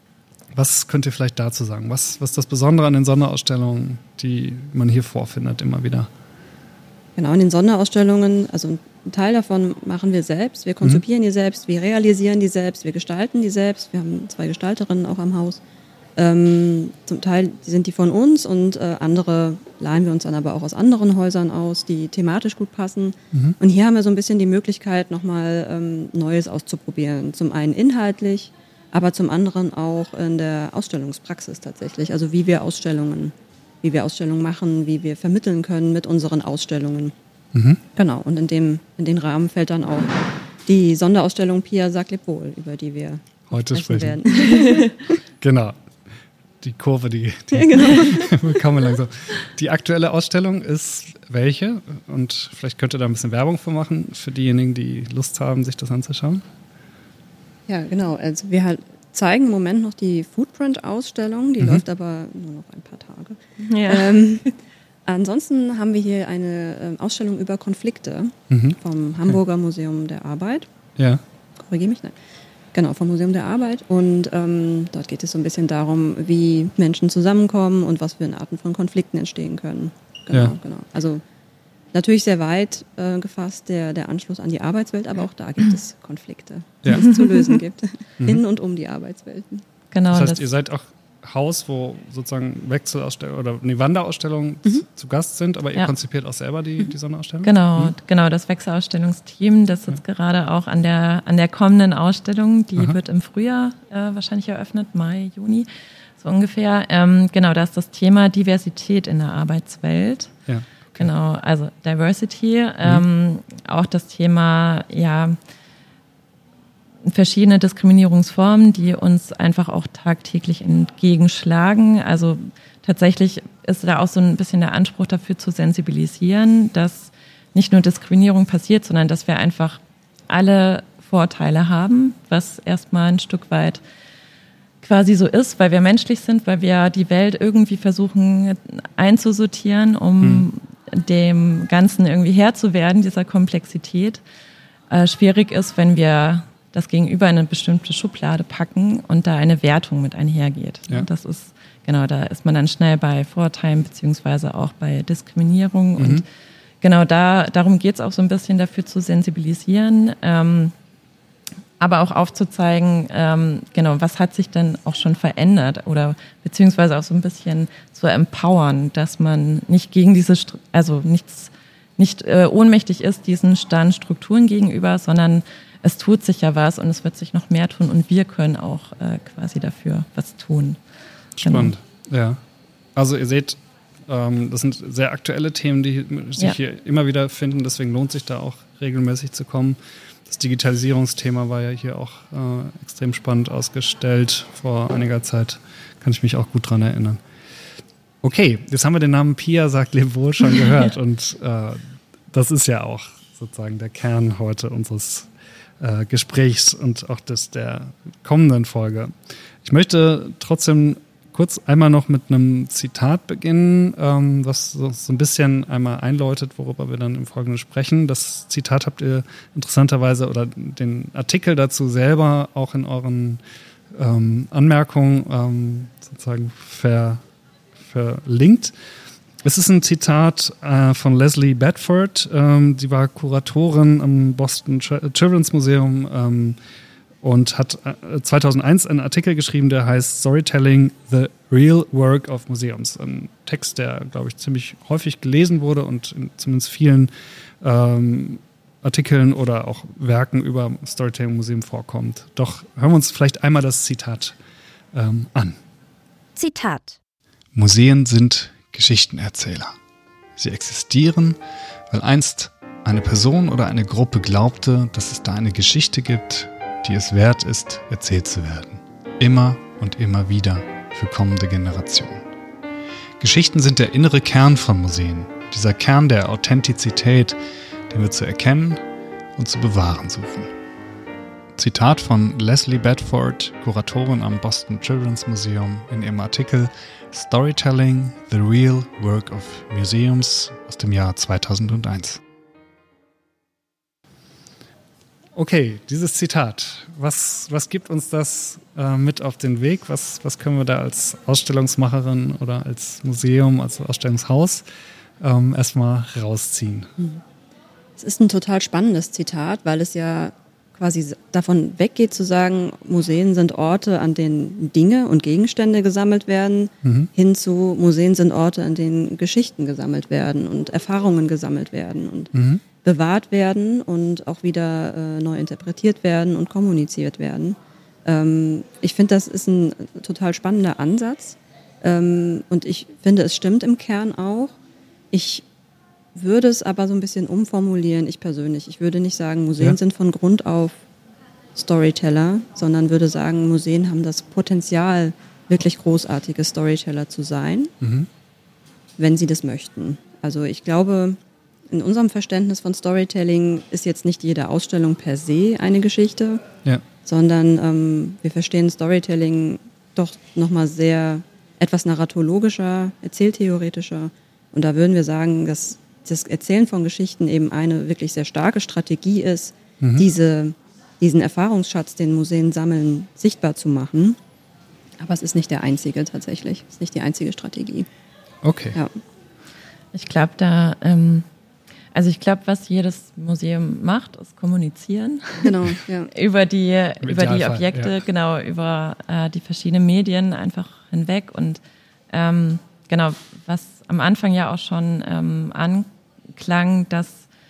Was könnt ihr vielleicht dazu sagen? Was, was ist das Besondere an den Sonderausstellungen, die man hier vorfindet, immer wieder? Genau, in den Sonderausstellungen, also ein Teil davon machen wir selbst. Wir konzipieren mhm. die selbst, wir realisieren die selbst, wir gestalten die selbst. Wir haben zwei Gestalterinnen auch am Haus. Ähm, zum Teil sind die von uns und äh, andere leihen wir uns dann aber auch aus anderen Häusern aus, die thematisch gut passen. Mhm. Und hier haben wir so ein bisschen die Möglichkeit, nochmal ähm, Neues auszuprobieren. Zum einen inhaltlich, aber zum anderen auch in der Ausstellungspraxis tatsächlich. Also wie wir Ausstellungen, wie wir Ausstellungen machen, wie wir vermitteln können mit unseren Ausstellungen. Mhm. Genau, und in dem, in den Rahmen fällt dann auch die Sonderausstellung Pia sagt leb wohl, über die wir heute sprechen sprechen werden. Genau. Die Kurve, die, die ja, genau. kann man langsam. Die aktuelle Ausstellung ist welche? Und vielleicht könnt ihr da ein bisschen Werbung für machen, für diejenigen, die Lust haben, sich das anzuschauen. Ja, genau. Also wir halt zeigen im Moment noch die Footprint-Ausstellung, die mhm. läuft aber nur noch ein paar Tage. Ja. Ähm, ansonsten haben wir hier eine äh, Ausstellung über Konflikte mhm. vom Hamburger okay. Museum der Arbeit. Ja. Korrigiere mich, nein. Genau, vom Museum der Arbeit. Und ähm, dort geht es so ein bisschen darum, wie Menschen zusammenkommen und was für Arten von Konflikten entstehen können. Genau, ja. genau. Also natürlich sehr weit äh, gefasst, der, der Anschluss an die Arbeitswelt, aber auch da gibt es Konflikte, die ja. es zu lösen gibt. Mhm. In und um die Arbeitswelten. Genau. Das heißt, das ihr seid auch Haus, wo sozusagen Wechselausstellungen oder nee, Wanderausstellungen mhm. zu Gast sind, aber ihr ja. konzipiert auch selber die, die Sonderausstellung? Genau, mhm. genau, das Wechselausstellungsteam, das sitzt ja. gerade auch an der, an der kommenden Ausstellung, die Aha. wird im Frühjahr äh, wahrscheinlich eröffnet, Mai, Juni, so ungefähr. Ähm, genau, da ist das Thema Diversität in der Arbeitswelt. Ja. Okay. Genau, also Diversity, mhm. ähm, auch das Thema, ja, verschiedene Diskriminierungsformen, die uns einfach auch tagtäglich entgegenschlagen. Also tatsächlich ist da auch so ein bisschen der Anspruch dafür zu sensibilisieren, dass nicht nur Diskriminierung passiert, sondern dass wir einfach alle Vorteile haben, was erstmal ein Stück weit quasi so ist, weil wir menschlich sind, weil wir die Welt irgendwie versuchen einzusortieren, um hm. dem Ganzen irgendwie Herr zu werden, dieser Komplexität. Äh, schwierig ist, wenn wir das Gegenüber in eine bestimmte Schublade packen und da eine Wertung mit einhergeht. Ja. Das ist, genau, da ist man dann schnell bei Vorurteilen beziehungsweise auch bei Diskriminierung. Mhm. Und genau da, darum geht es auch so ein bisschen, dafür zu sensibilisieren, ähm, aber auch aufzuzeigen, ähm, genau, was hat sich denn auch schon verändert oder beziehungsweise auch so ein bisschen zu empowern, dass man nicht gegen diese, also nichts, nicht äh, ohnmächtig ist diesen starren Strukturen gegenüber, sondern es tut sich ja was und es wird sich noch mehr tun und wir können auch äh, quasi dafür was tun. Spannend, genau. Ja. Also ihr seht, ähm, das sind sehr aktuelle Themen, die sich ja. hier immer wieder finden, deswegen lohnt sich da auch regelmäßig zu kommen. Das Digitalisierungsthema war ja hier auch äh, extrem spannend ausgestellt vor einiger Zeit, kann ich mich auch gut dran erinnern. Okay, jetzt haben wir den Namen Pia sagt leb wohl schon gehört und äh, das ist ja auch sozusagen der Kern heute unseres Äh, Gesprächs und auch des der kommenden Folge. Ich möchte trotzdem kurz einmal noch mit einem Zitat beginnen, ähm, was so, so ein bisschen einmal einläutet, worüber wir dann im Folgenden sprechen. Das Zitat habt ihr interessanterweise oder den Artikel dazu selber auch in euren ähm, Anmerkungen ähm, sozusagen ver, verlinkt. Es ist ein Zitat äh, von Leslie Bedford. Ähm, sie war Kuratorin am Boston Children's Museum ähm, und hat äh, zweitausendeins einen Artikel geschrieben, der heißt Storytelling, the Real Work of Museums. Ein Text, der, glaube ich, ziemlich häufig gelesen wurde und in zumindest vielen ähm, Artikeln oder auch Werken über Storytelling Museum vorkommt. Doch hören wir uns vielleicht einmal das Zitat ähm, an. Zitat. Museen sind Geschichtenerzähler. Sie existieren, weil einst eine Person oder eine Gruppe glaubte, dass es da eine Geschichte gibt, die es wert ist, erzählt zu werden. Immer und immer wieder für kommende Generationen. Geschichten sind der innere Kern von Museen. Dieser Kern der Authentizität, den wir zu erkennen und zu bewahren suchen. Zitat von Leslie Bedford, Kuratorin am Boston Children's Museum, in ihrem Artikel Storytelling, the Real Work of Museums aus dem Jahr zweitausendeins. Okay, dieses Zitat, was, was gibt uns das äh, mit auf den Weg? Was, was können wir da als Ausstellungsmacherin oder als Museum, als Ausstellungshaus ähm, erstmal rausziehen? Es ist ein total spannendes Zitat, weil es ja quasi davon weggeht zu sagen, Museen sind Orte, an denen Dinge und Gegenstände gesammelt werden, mhm. hin zu Museen sind Orte, an denen Geschichten gesammelt werden und Erfahrungen gesammelt werden und mhm. bewahrt werden und auch wieder äh, neu interpretiert werden und kommuniziert werden. Ähm, ich finde, das ist ein total spannender Ansatz ähm, und ich finde, es stimmt im Kern auch. Ich würde es aber so ein bisschen umformulieren, ich persönlich. Ich würde nicht sagen, Museen ja. sind von Grund auf Storyteller, sondern würde sagen, Museen haben das Potenzial, wirklich großartige Storyteller zu sein, mhm. wenn sie das möchten. Also ich glaube, in unserem Verständnis von Storytelling ist jetzt nicht jede Ausstellung per se eine Geschichte, ja. sondern ähm, wir verstehen Storytelling doch nochmal sehr etwas narratologischer, erzähltheoretischer. Und da würden wir sagen, dass das Erzählen von Geschichten eben eine wirklich sehr starke Strategie ist, mhm. diese, diesen Erfahrungsschatz, den Museen sammeln, sichtbar zu machen. Aber es ist nicht der einzige tatsächlich. Es ist nicht die einzige Strategie. Okay. Ja. Ich glaube, da, ähm, also ich glaube, was jedes Museum macht, ist kommunizieren. Genau, ja. über die, über die Objekte, ja. genau, über äh, die verschiedenen Medien einfach hinweg. Und ähm, genau, was am Anfang ja auch schon ähm, anklang, dass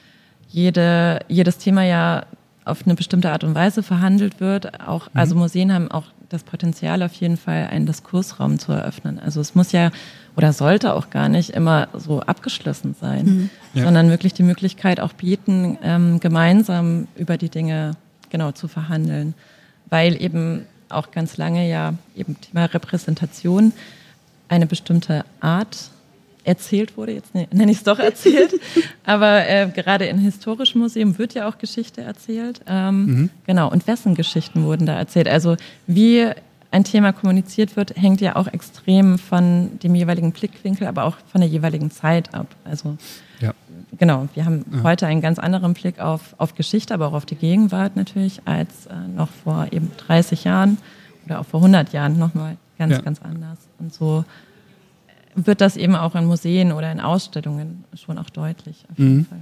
jede, jedes Thema ja auf eine bestimmte Art und Weise verhandelt wird. Auch, mhm. Also Museen haben auch das Potenzial, auf jeden Fall einen Diskursraum zu eröffnen. Also es muss ja oder sollte auch gar nicht immer so abgeschlossen sein, mhm. ja. sondern wirklich die Möglichkeit auch bieten, ähm, gemeinsam über die Dinge genau zu verhandeln. Weil eben auch ganz lange ja eben Thema Repräsentation eine bestimmte Art erzählt wurde, jetzt nenne ich es doch erzählt, aber äh, gerade in historischen Museen wird ja auch Geschichte erzählt. Ähm, mhm. Genau, und wessen Geschichten wurden da erzählt? Also wie ein Thema kommuniziert wird, hängt ja auch extrem von dem jeweiligen Blickwinkel, aber auch von der jeweiligen Zeit ab. Also ja. genau, wir haben ja. heute einen ganz anderen Blick auf, auf Geschichte, aber auch auf die Gegenwart natürlich, als äh, noch vor eben dreißig Jahren oder auch vor hundert Jahren nochmal ganz, ja. ganz anders. Und so wird das eben auch in Museen oder in Ausstellungen schon auch deutlich, auf jeden mhm. Fall.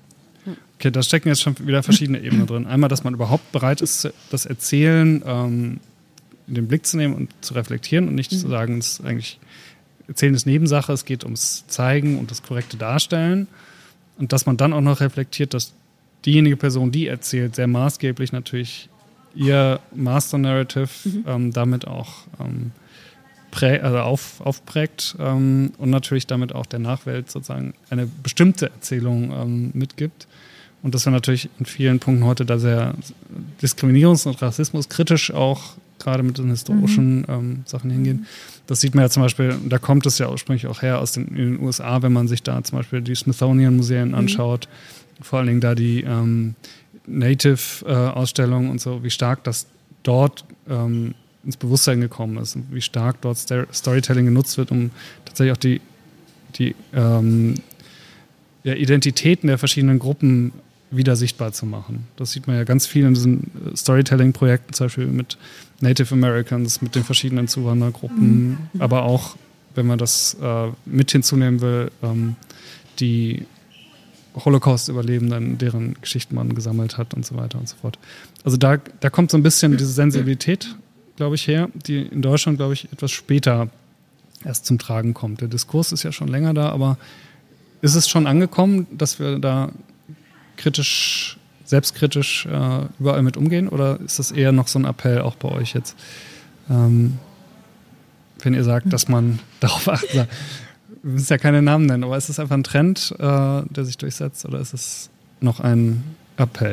Okay, da stecken jetzt schon wieder verschiedene Ebenen drin. Einmal, dass man überhaupt bereit ist, das Erzählen ähm, in den Blick zu nehmen und zu reflektieren und nicht mhm. zu sagen, es ist eigentlich Erzählen ist Nebensache, es geht ums Zeigen und das korrekte Darstellen. Und dass man dann auch noch reflektiert, dass diejenige Person, die erzählt, sehr maßgeblich natürlich ihr Master-Narrative mhm. ähm, damit auch ähm, Prä- also auf, aufprägt ähm, und natürlich damit auch der Nachwelt sozusagen eine bestimmte Erzählung ähm, mitgibt. Und dass wir natürlich in vielen Punkten heute da sehr diskriminierungs- und rassismuskritisch auch gerade mit den historischen mhm. ähm, Sachen hingehen. Das sieht man ja zum Beispiel, da kommt es ja ursprünglich auch her aus den, in den U S A, wenn man sich da zum Beispiel die Smithsonian-Museen anschaut, mhm. vor allen Dingen da die ähm, Native-Ausstellungen äh, und so, wie stark das dort ähm, ins Bewusstsein gekommen ist und wie stark dort Storytelling genutzt wird, um tatsächlich auch die, die ähm, ja, Identitäten der verschiedenen Gruppen wieder sichtbar zu machen. Das sieht man ja ganz viel in diesen Storytelling-Projekten, zum Beispiel mit Native Americans, mit den verschiedenen Zuwanderergruppen, mhm. aber auch, wenn man das äh, mit hinzunehmen will, ähm, die Holocaust-Überlebenden, deren Geschichten man gesammelt hat und so weiter und so fort. Also da, da kommt so ein bisschen diese Sensibilität, glaube ich, her, die in Deutschland, glaube ich, etwas später erst zum Tragen kommt. Der Diskurs ist ja schon länger da, aber ist es schon angekommen, dass wir da kritisch, selbstkritisch äh, überall mit umgehen, oder ist das eher noch so ein Appell auch bei euch jetzt, ähm, wenn ihr sagt, dass man darauf achtet? Wir müssen ja keine Namen nennen, aber ist es einfach ein Trend, äh, der sich durchsetzt, oder ist es noch ein Appell?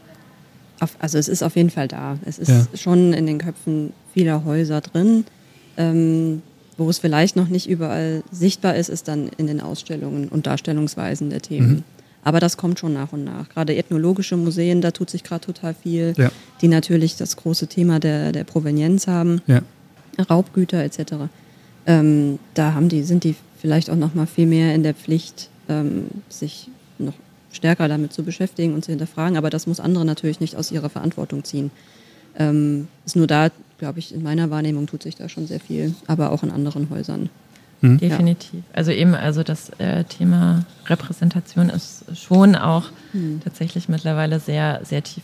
Also es ist auf jeden Fall da. Es ist ja. schon in den Köpfen vieler Häuser drin. Ähm, wo es vielleicht noch nicht überall sichtbar ist, ist dann in den Ausstellungen und Darstellungsweisen der Themen. Mhm. Aber das kommt schon nach und nach. Gerade ethnologische Museen, da tut sich gerade total viel, ja. die natürlich das große Thema der, der Provenienz haben, ja. Raubgüter et cetera. Ähm, da haben die, sind die vielleicht auch noch mal viel mehr in der Pflicht, ähm, sich noch stärker damit zu beschäftigen und zu hinterfragen. Aber das muss andere natürlich nicht aus ihrer Verantwortung ziehen. Ähm, ist nur da, glaube ich, in meiner Wahrnehmung tut sich da schon sehr viel, aber auch in anderen Häusern. Mhm. Definitiv. Ja. Also eben, also das äh, Thema Repräsentation ist schon auch mhm. tatsächlich mittlerweile sehr, sehr tief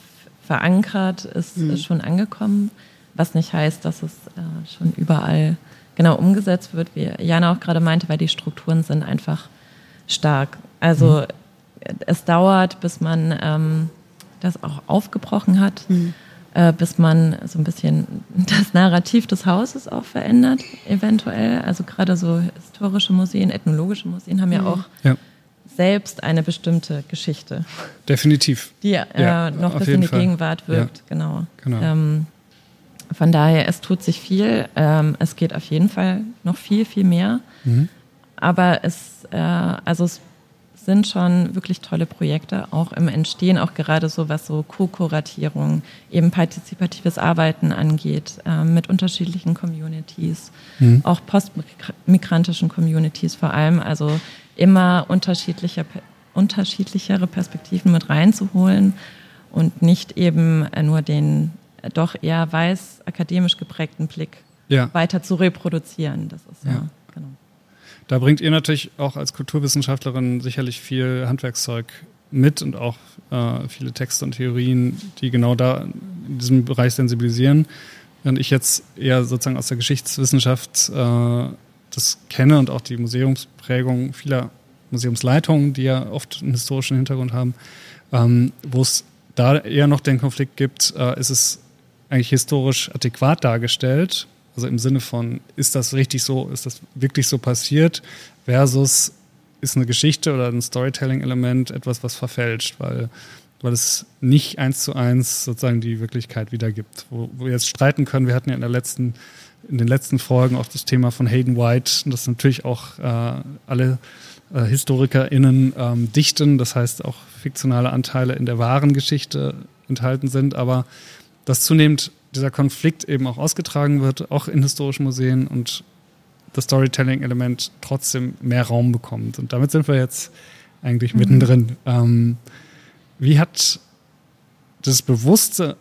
verankert, ist, Mhm. ist schon angekommen, was nicht heißt, dass es äh, schon überall genau umgesetzt wird, wie Jana auch gerade meinte, weil die Strukturen sind einfach stark. Also mhm. es dauert, bis man ähm, das auch aufgebrochen hat, mhm. äh, bis man so ein bisschen das Narrativ des Hauses auch verändert, eventuell. Also gerade so historische Museen, ethnologische Museen haben ja mhm. auch ja. selbst eine bestimmte Geschichte. Definitiv. Die äh, ja, noch bis in die Fall. Gegenwart wirkt, ja. genau. genau. Ähm, von daher, es tut sich viel. Ähm, es geht auf jeden Fall noch viel, viel mehr. Mhm. Aber es, äh, also es sind schon wirklich tolle Projekte, auch im Entstehen, auch gerade so, was so Co-Kuratierung, eben partizipatives Arbeiten angeht, äh, mit unterschiedlichen Communities, mhm. auch postmigrantischen Communities vor allem, also immer unterschiedlicher, unterschiedlichere Perspektiven mit reinzuholen und nicht eben nur den doch eher weiß akademisch geprägten Blick ja. weiter zu reproduzieren. Das ist ja, ja genau. Da bringt ihr natürlich auch als Kulturwissenschaftlerin sicherlich viel Handwerkszeug mit und auch äh, viele Texte und Theorien, die genau da in diesem Bereich sensibilisieren. Während ich jetzt eher sozusagen aus der Geschichtswissenschaft äh, das kenne und auch die Museumsprägung vieler Museumsleitungen, die ja oft einen historischen Hintergrund haben, ähm, wo es da eher noch den Konflikt gibt, äh, ist es eigentlich historisch adäquat dargestellt, also im Sinne von, ist das richtig so, ist das wirklich so passiert, versus ist eine Geschichte oder ein Storytelling-Element etwas, was verfälscht, weil, weil es nicht eins zu eins sozusagen die Wirklichkeit wiedergibt. Wo, wo wir jetzt streiten können, wir hatten ja in der letzten, in den letzten Folgen auch das Thema von Hayden White, das natürlich auch äh, alle äh, HistorikerInnen ähm, dichten, das heißt auch fiktionale Anteile in der wahren Geschichte enthalten sind, aber dass zunehmend dieser Konflikt eben auch ausgetragen wird, auch in historischen Museen und das Storytelling-Element trotzdem mehr Raum bekommt. Und damit sind wir jetzt eigentlich mhm. mittendrin. Ähm, wie hat das bewusste,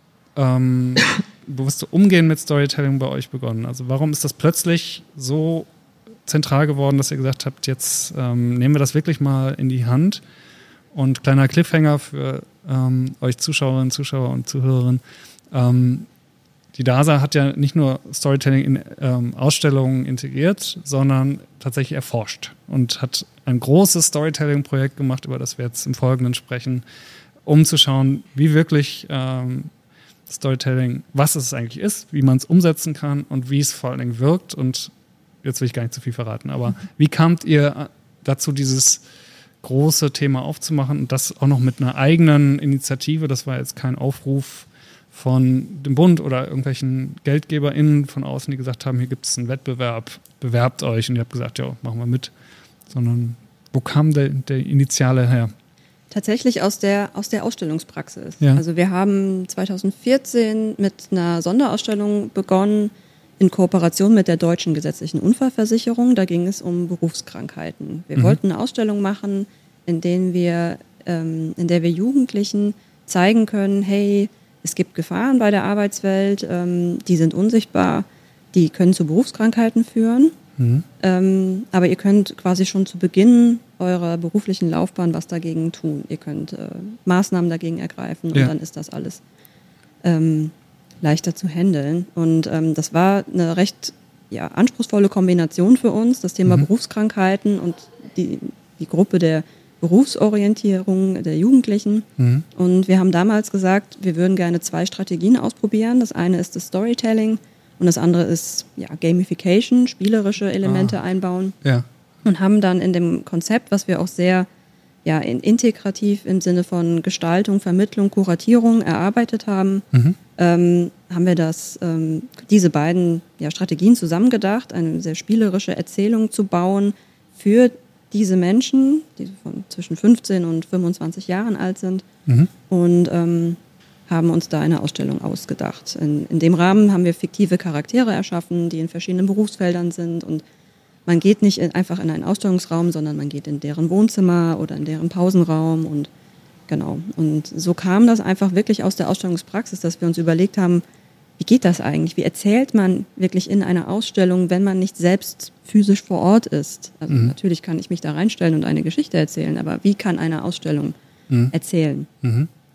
ähm, bewusste Umgehen mit Storytelling bei euch begonnen? Also warum ist das plötzlich so zentral geworden, dass ihr gesagt habt, jetzt ähm, nehmen wir das wirklich mal in die Hand? Und kleiner Cliffhanger für ähm, euch Zuschauerinnen, Zuschauer und Zuhörerinnen. Ähm, die D A S A hat ja nicht nur Storytelling in ähm, Ausstellungen integriert, sondern tatsächlich erforscht und hat ein großes Storytelling-Projekt gemacht, über das wir jetzt im Folgenden sprechen, um zu schauen, wie wirklich ähm, Storytelling, was es eigentlich ist, wie man es umsetzen kann und wie es vor allen Dingen wirkt. Und jetzt will ich gar nicht zu viel verraten, aber mhm. wie kamt ihr dazu, dieses große Thema aufzumachen und das auch noch mit einer eigenen Initiative? Das war jetzt kein Aufruf von dem Bund oder irgendwelchen GeldgeberInnen von außen, die gesagt haben, hier gibt es einen Wettbewerb, bewerbt euch, und ihr habt gesagt, ja, machen wir mit. Sondern wo kam der, der Initiale her? Tatsächlich aus der, aus der Ausstellungspraxis. Ja. Also wir haben zwanzig vierzehn mit einer Sonderausstellung begonnen, in Kooperation mit der Deutschen Gesetzlichen Unfallversicherung. Da ging es um Berufskrankheiten. Wir mhm. wollten eine Ausstellung machen, in, denen wir, ähm, in der wir Jugendlichen zeigen können, hey, es gibt Gefahren bei der Arbeitswelt, ähm, die sind unsichtbar, die können zu Berufskrankheiten führen. Mhm. Ähm, aber ihr könnt quasi schon zu Beginn eurer beruflichen Laufbahn was dagegen tun. Ihr könnt äh, Maßnahmen dagegen ergreifen und ja. dann ist das alles ähm, leichter zu handeln. Und ähm, das war eine recht ja, anspruchsvolle Kombination für uns, das Thema mhm. Berufskrankheiten und die, die Gruppe der Berufsorientierung der Jugendlichen. Mhm. Und wir haben damals gesagt, wir würden gerne zwei Strategien ausprobieren. Das eine ist das Storytelling und das andere ist ja, Gamification, spielerische Elemente ah. einbauen. Ja. Und haben dann in dem Konzept, was wir auch sehr ja, in, integrativ im Sinne von Gestaltung, Vermittlung, Kuratierung erarbeitet haben, mhm. ähm, haben wir das, ähm, diese beiden ja, Strategien zusammengedacht, eine sehr spielerische Erzählung zu bauen für diese Menschen, die von zwischen fünfzehn und fünfundzwanzig Jahren alt sind, mhm. und ähm, haben uns da eine Ausstellung ausgedacht. In, in dem Rahmen haben wir fiktive Charaktere erschaffen, die in verschiedenen Berufsfeldern sind, und man geht nicht in, einfach in einen Ausstellungsraum, sondern man geht in deren Wohnzimmer oder in deren Pausenraum, und genau. Und so kam das einfach wirklich aus der Ausstellungspraxis, dass wir uns überlegt haben, wie geht das eigentlich? Wie erzählt man wirklich in einer Ausstellung, wenn man nicht selbst physisch vor Ort ist? Also mhm. natürlich kann ich mich da reinstellen und eine Geschichte erzählen, aber wie kann eine Ausstellung mhm. erzählen? Mhm.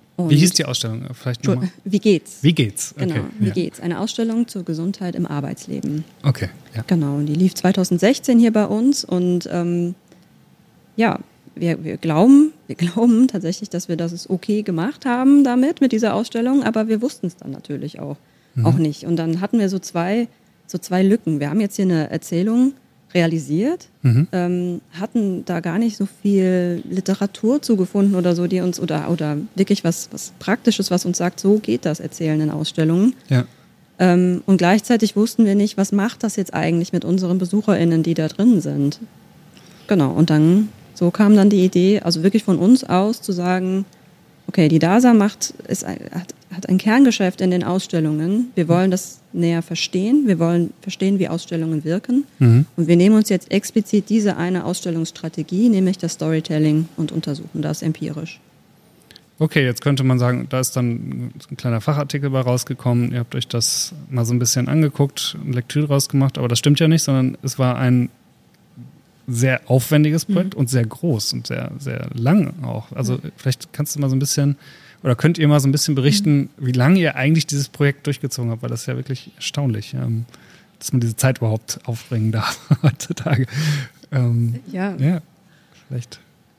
Wie hieß die Ausstellung? Vielleicht noch mal. Wie geht's? Wie geht's? Okay. Genau, wie ja. geht's? Eine Ausstellung zur Gesundheit im Arbeitsleben. Okay, ja. Genau, und die lief zwanzig sechzehn hier bei uns und ähm, ja, wir, wir glauben, wir glauben tatsächlich, dass wir das okay gemacht haben damit, mit dieser Ausstellung, aber wir wussten es dann natürlich auch, mhm. auch nicht. Und dann hatten wir so zwei, so zwei Lücken. Wir haben jetzt hier eine Erzählung realisiert, mhm. ähm, hatten da gar nicht so viel Literatur zugefunden oder so, die uns, oder, oder wirklich was, was Praktisches, was uns sagt, so geht das Erzählen in Ausstellungen. Ja. Ähm, und gleichzeitig wussten wir nicht, was macht das jetzt eigentlich mit unseren BesucherInnen, die da drin sind. Genau, und dann, so kam dann die Idee, also wirklich von uns aus zu sagen, okay, die D A S A macht, ist, hat, hat ein Kerngeschäft in den Ausstellungen. Wir wollen das näher verstehen. Wir wollen verstehen, wie Ausstellungen wirken. Mhm. Und wir nehmen uns jetzt explizit diese eine Ausstellungsstrategie, nämlich das Storytelling, und untersuchen das empirisch. Okay, jetzt könnte man sagen, da ist dann ein kleiner Fachartikel bei rausgekommen. Ihr habt euch das mal so ein bisschen angeguckt, eine Lektüre rausgemacht, aber das stimmt ja nicht, sondern es war ein sehr aufwendiges Projekt mhm. und sehr groß und sehr, sehr lang auch. Also mhm. vielleicht kannst du mal so ein bisschen, oder könnt ihr mal so ein bisschen berichten, mhm. wie lange ihr eigentlich dieses Projekt durchgezogen habt, weil das ist ja wirklich erstaunlich, ähm, dass man diese Zeit überhaupt aufbringen darf heutzutage. Ähm, ja. Ja, vielleicht.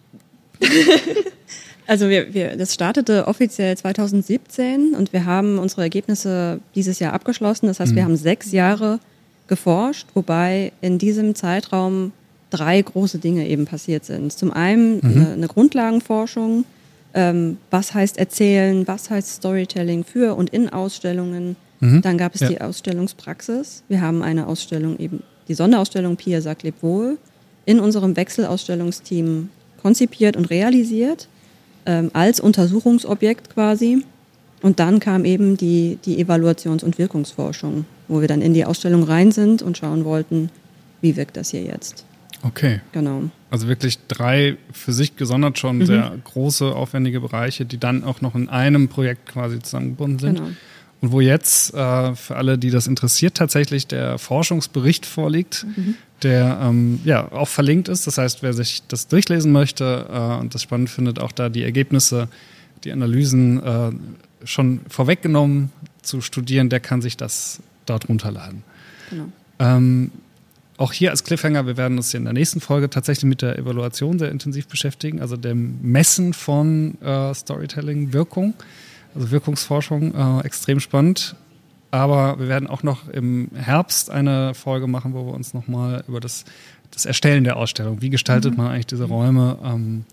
Also wir, wir, das startete offiziell zwanzig siebzehn und wir haben unsere Ergebnisse dieses Jahr abgeschlossen. Das heißt, mhm. wir haben sechs Jahre geforscht, wobei in diesem Zeitraum drei große Dinge eben passiert sind. Zum einen mhm. eine, eine Grundlagenforschung, ähm, was heißt Erzählen, was heißt Storytelling für und in Ausstellungen. Mhm. Dann gab es ja. die Ausstellungspraxis. Wir haben eine Ausstellung, eben die Sonderausstellung Pia sagt, leb wohl, in unserem Wechselausstellungsteam konzipiert und realisiert, ähm, als Untersuchungsobjekt quasi. Und dann kam eben die, die Evaluations- und Wirkungsforschung, wo wir dann in die Ausstellung rein sind und schauen wollten, wie wirkt das hier jetzt. Okay. Genau. Also wirklich drei für sich gesondert schon mhm. sehr große, aufwendige Bereiche, die dann auch noch in einem Projekt quasi zusammengebunden sind. Genau. Und wo jetzt äh, für alle, die das interessiert, tatsächlich der Forschungsbericht vorliegt, mhm. der ähm, ja auch verlinkt ist. Das heißt, wer sich das durchlesen möchte äh, und das spannend findet, auch da die Ergebnisse, die Analysen äh, schon vorweggenommen zu studieren, der kann sich das dort runterladen. Genau. Ähm, Auch hier als Cliffhanger, wir werden uns in der nächsten Folge tatsächlich mit der Evaluation sehr intensiv beschäftigen, also dem Messen von äh, Storytelling-Wirkung, also Wirkungsforschung, äh, extrem spannend. Aber wir werden auch noch im Herbst eine Folge machen, wo wir uns nochmal über das, das Erstellen der Ausstellung, wie gestaltet mhm. man eigentlich diese Räume, ähm,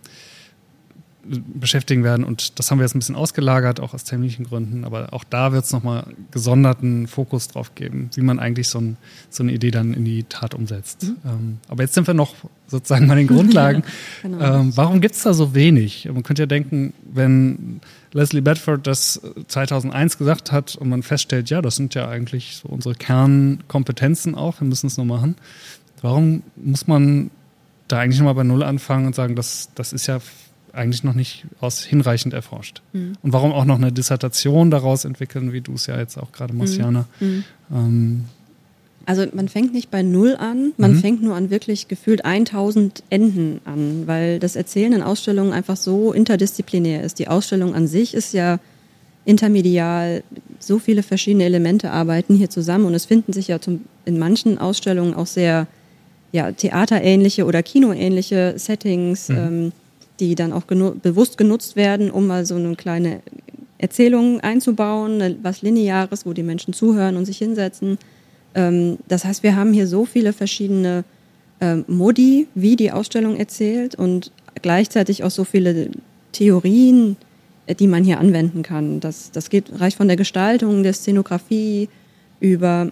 beschäftigen werden. Und das haben wir jetzt ein bisschen ausgelagert, auch aus terminlichen Gründen. Aber auch da wird es nochmal gesonderten Fokus drauf geben, wie man eigentlich so, ein, so eine Idee dann in die Tat umsetzt. Mhm. Ähm, aber jetzt sind wir noch sozusagen bei den Grundlagen. Ja, genau. ähm, warum gibt es da so wenig? Man könnte ja denken, wenn Leslie Bedford das zweitausendeins gesagt hat und man feststellt, ja, das sind ja eigentlich so unsere Kernkompetenzen auch, wir müssen es nur machen. Warum muss man da eigentlich nochmal bei Null anfangen und sagen, das, das ist ja eigentlich noch nicht aus hinreichend erforscht. Mhm. Und warum auch noch eine Dissertation daraus entwickeln, wie du es ja jetzt auch gerade machst, mhm. Jana? Mhm. Ähm, also man fängt nicht bei Null an, man mhm. fängt nur an wirklich gefühlt tausend Enden an, weil das Erzählen in Ausstellungen einfach so interdisziplinär ist. Die Ausstellung an sich ist ja intermedial, so viele verschiedene Elemente arbeiten hier zusammen und es finden sich ja zum, in manchen Ausstellungen auch sehr ja, theaterähnliche oder kinoähnliche Settings, mhm. ähm, die dann auch genu- bewusst genutzt werden, um mal so eine kleine Erzählung einzubauen, was Lineares, wo die Menschen zuhören und sich hinsetzen. Ähm, das heißt, wir haben hier so viele verschiedene ähm, Modi, wie die Ausstellung erzählt und gleichzeitig auch so viele Theorien, die man hier anwenden kann. Das, das geht, reicht von der Gestaltung, der Szenografie über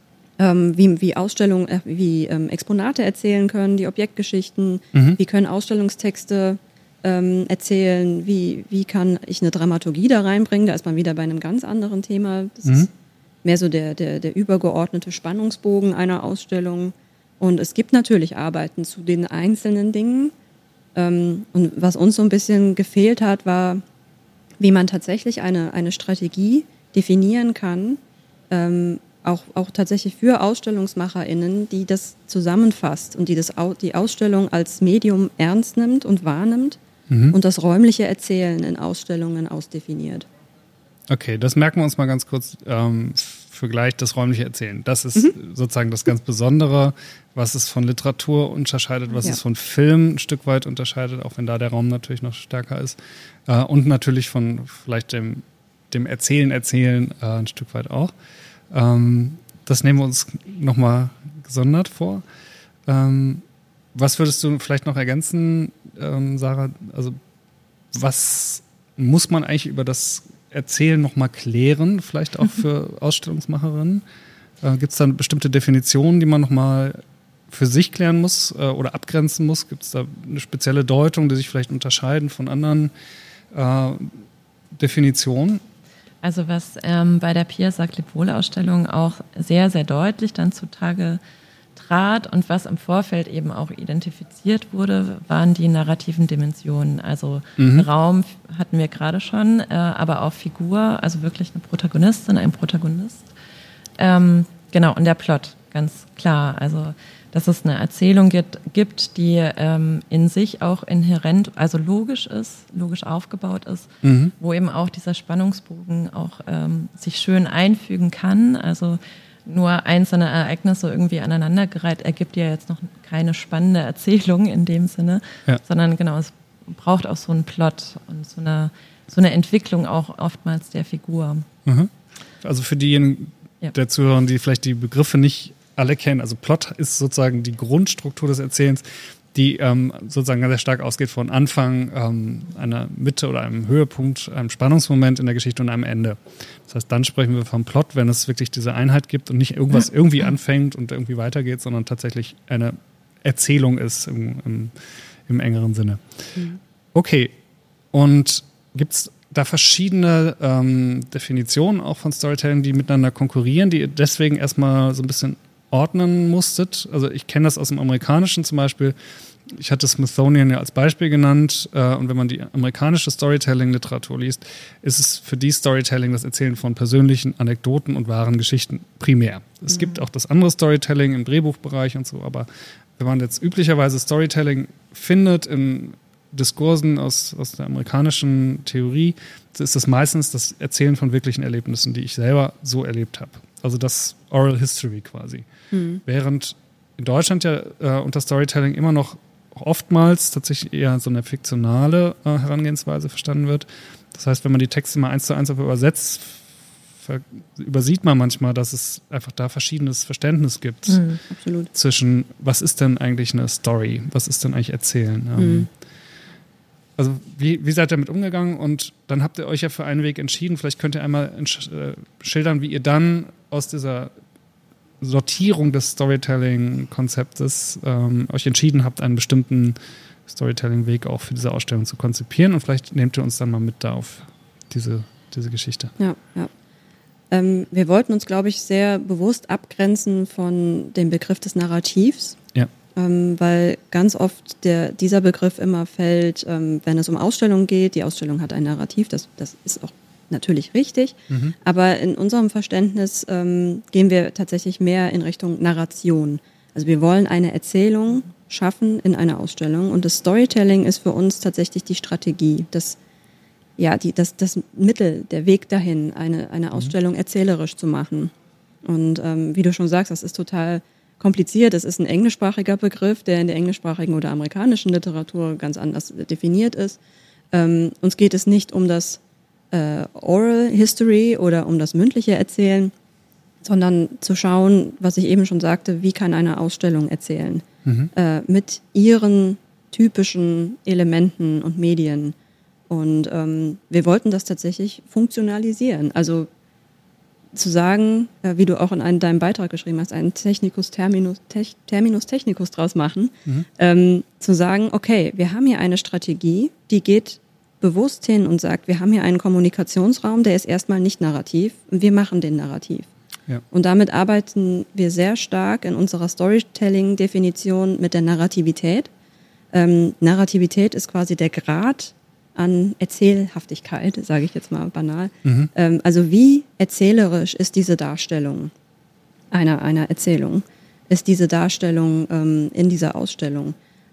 ähm, wie, wie Ausstellungen, äh, wie ähm, Exponate erzählen können, die Objektgeschichten, mhm. wie können Ausstellungstexte ähm, erzählen, wie, wie kann ich eine Dramaturgie da reinbringen, da ist man wieder bei einem ganz anderen Thema. Das mhm. ist mehr so der, der, der übergeordnete Spannungsbogen einer Ausstellung. Und es gibt natürlich Arbeiten zu den einzelnen Dingen. Ähm, und was uns so ein bisschen gefehlt hat, war, wie man tatsächlich eine, eine Strategie definieren kann, ähm, auch, auch tatsächlich für AusstellungsmacherInnen, die das zusammenfasst und die das, die Ausstellung als Medium ernst nimmt und wahrnimmt mhm. und das räumliche Erzählen in Ausstellungen ausdefiniert. Okay, das merken wir uns mal ganz kurz ähm, für gleich, das räumliche Erzählen. Das ist mhm. sozusagen das ganz Besondere, was es von Literatur unterscheidet, was ja. es von Film ein Stück weit unterscheidet, auch wenn da der Raum natürlich noch stärker ist. Äh, und natürlich von vielleicht dem, dem Erzählen, Erzählen äh, ein Stück weit auch. Ähm, das nehmen wir uns nochmal gesondert vor. Ähm, was würdest du vielleicht noch ergänzen, ähm, Sarah? Also was muss man eigentlich über das Erzählen nochmal klären, vielleicht auch für Ausstellungsmacherinnen? Äh, Gibt es da bestimmte Definitionen, die man nochmal für sich klären muss äh, oder abgrenzen muss? Gibt es da eine spezielle Deutung, die sich vielleicht unterscheiden von anderen äh, Definitionen? Also was ähm, bei der Pia Saklip-Wohl-Ausstellung auch sehr, sehr deutlich dann zutage trat und was im Vorfeld eben auch identifiziert wurde, waren die narrativen Dimensionen. Also mhm. Raum hatten wir gerade schon, äh, aber auch Figur, also wirklich eine Protagonistin, ein Protagonist. Ähm, genau, und der Plot, ganz klar. Also dass es eine Erzählung gibt, gibt die ähm, in sich auch inhärent, also logisch ist, logisch aufgebaut ist, mhm. wo eben auch dieser Spannungsbogen auch ähm, sich schön einfügen kann. Also nur einzelne Ereignisse irgendwie aneinandergereiht ergibt ja jetzt noch keine spannende Erzählung in dem Sinne, ja. sondern genau, es braucht auch so einen Plot und so eine, so eine Entwicklung auch oftmals der Figur. Mhm. Also für diejenigen ja. der Zuhörer, die vielleicht die Begriffe nicht alle kennen, also Plot ist sozusagen die Grundstruktur des Erzählens, die ähm, sozusagen sehr stark ausgeht von Anfang, ähm, einer Mitte oder einem Höhepunkt, einem Spannungsmoment in der Geschichte und einem Ende. Das heißt, dann sprechen wir vom Plot, wenn es wirklich diese Einheit gibt und nicht irgendwas irgendwie anfängt und irgendwie weitergeht, sondern tatsächlich eine Erzählung ist im, im, im engeren Sinne. Okay, und gibt es da verschiedene ähm, Definitionen auch von Storytelling, die miteinander konkurrieren, die ihr deswegen erstmal so ein bisschen ordnen musstet? Also ich kenne das aus dem Amerikanischen zum Beispiel. Ich hatte Smithsonian ja als Beispiel genannt. Äh, und wenn man die amerikanische Storytelling-Literatur liest, ist es für die Storytelling das Erzählen von persönlichen Anekdoten und wahren Geschichten primär. Es mhm. gibt auch das andere Storytelling im Drehbuchbereich und so, aber wenn man jetzt üblicherweise Storytelling findet in Diskursen aus, aus der amerikanischen Theorie, ist das meistens das Erzählen von wirklichen Erlebnissen, die ich selber so erlebt habe. Also das Oral History quasi. Mhm. Während in Deutschland ja äh, unter Storytelling immer noch oftmals tatsächlich eher so eine fiktionale äh, Herangehensweise verstanden wird. Das heißt, wenn man die Texte mal eins zu eins übersetzt, ver- übersieht man manchmal, dass es einfach da verschiedenes Verständnis gibt mhm, absolut. zwischen, was ist denn eigentlich eine Story, was ist denn eigentlich Erzählen. Mhm. Ähm, Also wie, wie seid ihr damit umgegangen? Und dann habt ihr euch ja für einen Weg entschieden. Vielleicht könnt ihr einmal entsch- äh, schildern, wie ihr dann aus dieser Sortierung des Storytelling-Konzeptes ähm, euch entschieden habt, einen bestimmten Storytelling-Weg auch für diese Ausstellung zu konzipieren. Und vielleicht nehmt ihr uns dann mal mit da auf diese, diese Geschichte. Ja, ja. Ähm, wir wollten uns, glaube ich, sehr bewusst abgrenzen von dem Begriff des Narrativs. Ja. Ähm, weil ganz oft der, dieser Begriff immer fällt, ähm, wenn es um Ausstellungen geht. Die Ausstellung hat ein Narrativ, das, das ist auch natürlich richtig. Mhm. Aber in unserem Verständnis ähm, gehen wir tatsächlich mehr in Richtung Narration. Also wir wollen eine Erzählung schaffen in einer Ausstellung und das Storytelling ist für uns tatsächlich die Strategie, das, ja, die, das, das Mittel, der Weg dahin, eine, eine Ausstellung erzählerisch zu machen. Und ähm, wie du schon sagst, das ist total kompliziert. Es ist ein englischsprachiger Begriff, der in der englischsprachigen oder amerikanischen Literatur ganz anders definiert ist. Ähm, uns geht es nicht um das äh, Oral History oder um das mündliche Erzählen, sondern zu schauen, was ich eben schon sagte, wie kann eine Ausstellung erzählen? Mhm. Äh, mit ihren typischen Elementen und Medien. Und ähm, wir wollten das tatsächlich funktionalisieren. Also zu sagen, äh, wie du auch in einem, deinem Beitrag geschrieben hast, einen Technicus Terminus, Tech, Terminus Technicus draus machen, mhm. ähm, zu sagen, okay, wir haben hier eine Strategie, die geht bewusst hin und sagt, wir haben hier einen Kommunikationsraum, der ist erstmal nicht narrativ und wir machen den narrativ. Ja. Und damit arbeiten wir sehr stark in unserer Storytelling-Definition mit der Narrativität. Ähm, Narrativität ist quasi der Grad an Erzählhaftigkeit, sage ich jetzt mal banal. Mhm. Ähm, also wie erzählerisch ist diese Darstellung einer, einer Erzählung? Ist diese Darstellung ähm, in dieser Ausstellung?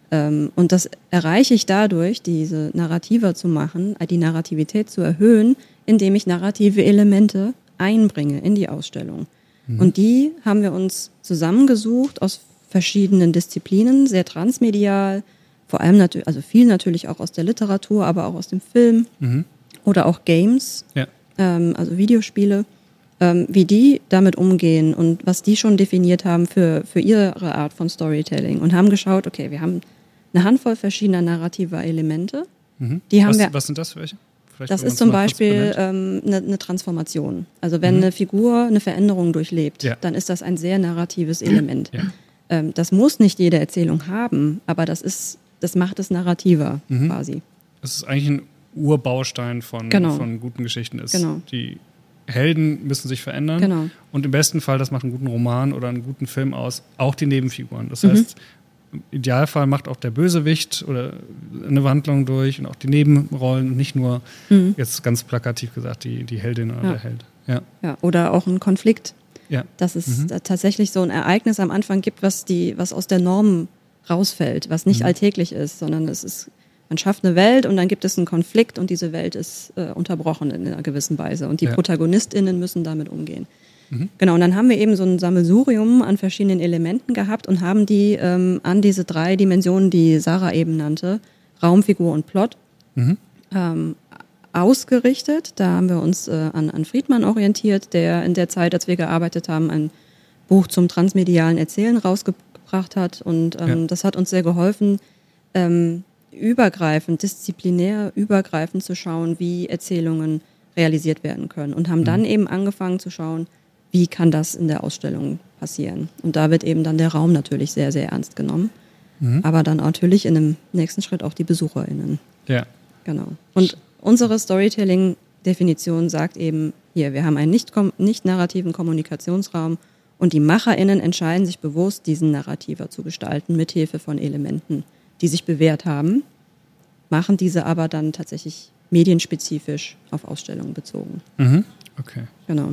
Ähm, und das erreiche ich dadurch, diese narrativer zu machen, die Narrativität zu erhöhen, indem ich narrative Elemente einbringe in die Ausstellung. Mhm. Und die haben wir uns zusammengesucht aus verschiedenen Disziplinen, sehr transmedial, vor allem natürlich, also viel natürlich auch aus der Literatur, aber auch aus dem Film mhm. oder auch Games, ja. ähm, also Videospiele, ähm, wie die damit umgehen und was die schon definiert haben für, für ihre Art von Storytelling und haben geschaut, okay, wir haben eine Handvoll verschiedener narrativer Elemente. Mhm. Die haben was, wir, was sind das für welche? Vielleicht das ist zum Beispiel ähm, eine, eine Transformation. Also wenn mhm. eine Figur eine Veränderung durchlebt, ja. dann ist das ein sehr narratives Element. Ja. Ähm, das muss nicht jede Erzählung haben, aber das ist, das macht es narrativer mhm. quasi. Das ist eigentlich ein Urbaustein von, genau. von guten Geschichten. Ist. Genau. Die Helden müssen sich verändern genau. und im besten Fall, das macht einen guten Roman oder einen guten Film aus, auch die Nebenfiguren. Das heißt, mhm. im Idealfall macht auch der Bösewicht oder eine Wandlung durch und auch die Nebenrollen, nicht nur, mhm. jetzt ganz plakativ gesagt, die, die Heldin oder ja. der Held. Ja. Ja, oder auch ein Konflikt. Ja. Dass es mhm. tatsächlich so ein Ereignis am Anfang gibt, was, die, was aus der Norm rausfällt, was nicht mhm. alltäglich ist, sondern es ist, man schafft eine Welt und dann gibt es einen Konflikt und diese Welt ist äh, unterbrochen in einer gewissen Weise und die ja. ProtagonistInnen müssen damit umgehen. Mhm. Genau, und dann haben wir eben so ein Sammelsurium an verschiedenen Elementen gehabt und haben die ähm, an diese drei Dimensionen, die Sarah eben nannte, Raum, Figur und Plot, mhm. ähm, ausgerichtet. Da haben wir uns äh, an, an Friedman orientiert, der in der Zeit, als wir gearbeitet haben, ein Buch zum transmedialen Erzählen rausgebracht hat und ähm, ja. das hat uns sehr geholfen, ähm, übergreifend, disziplinär übergreifend zu schauen, wie Erzählungen realisiert werden können und haben mhm. dann eben angefangen zu schauen, wie kann das in der Ausstellung passieren. Und da wird eben dann der Raum natürlich sehr, sehr ernst genommen. Mhm. Aber dann natürlich in einem nächsten Schritt auch die BesucherInnen. Ja. Genau. Und unsere Storytelling-Definition sagt eben, hier, wir haben einen nicht, nicht narrativen Kommunikationsraum und die MacherInnen entscheiden sich bewusst, diesen narrativer zu gestalten, mithilfe von Elementen, die sich bewährt haben, machen diese aber dann tatsächlich medienspezifisch auf Ausstellungen bezogen. Mhm. Okay. Genau.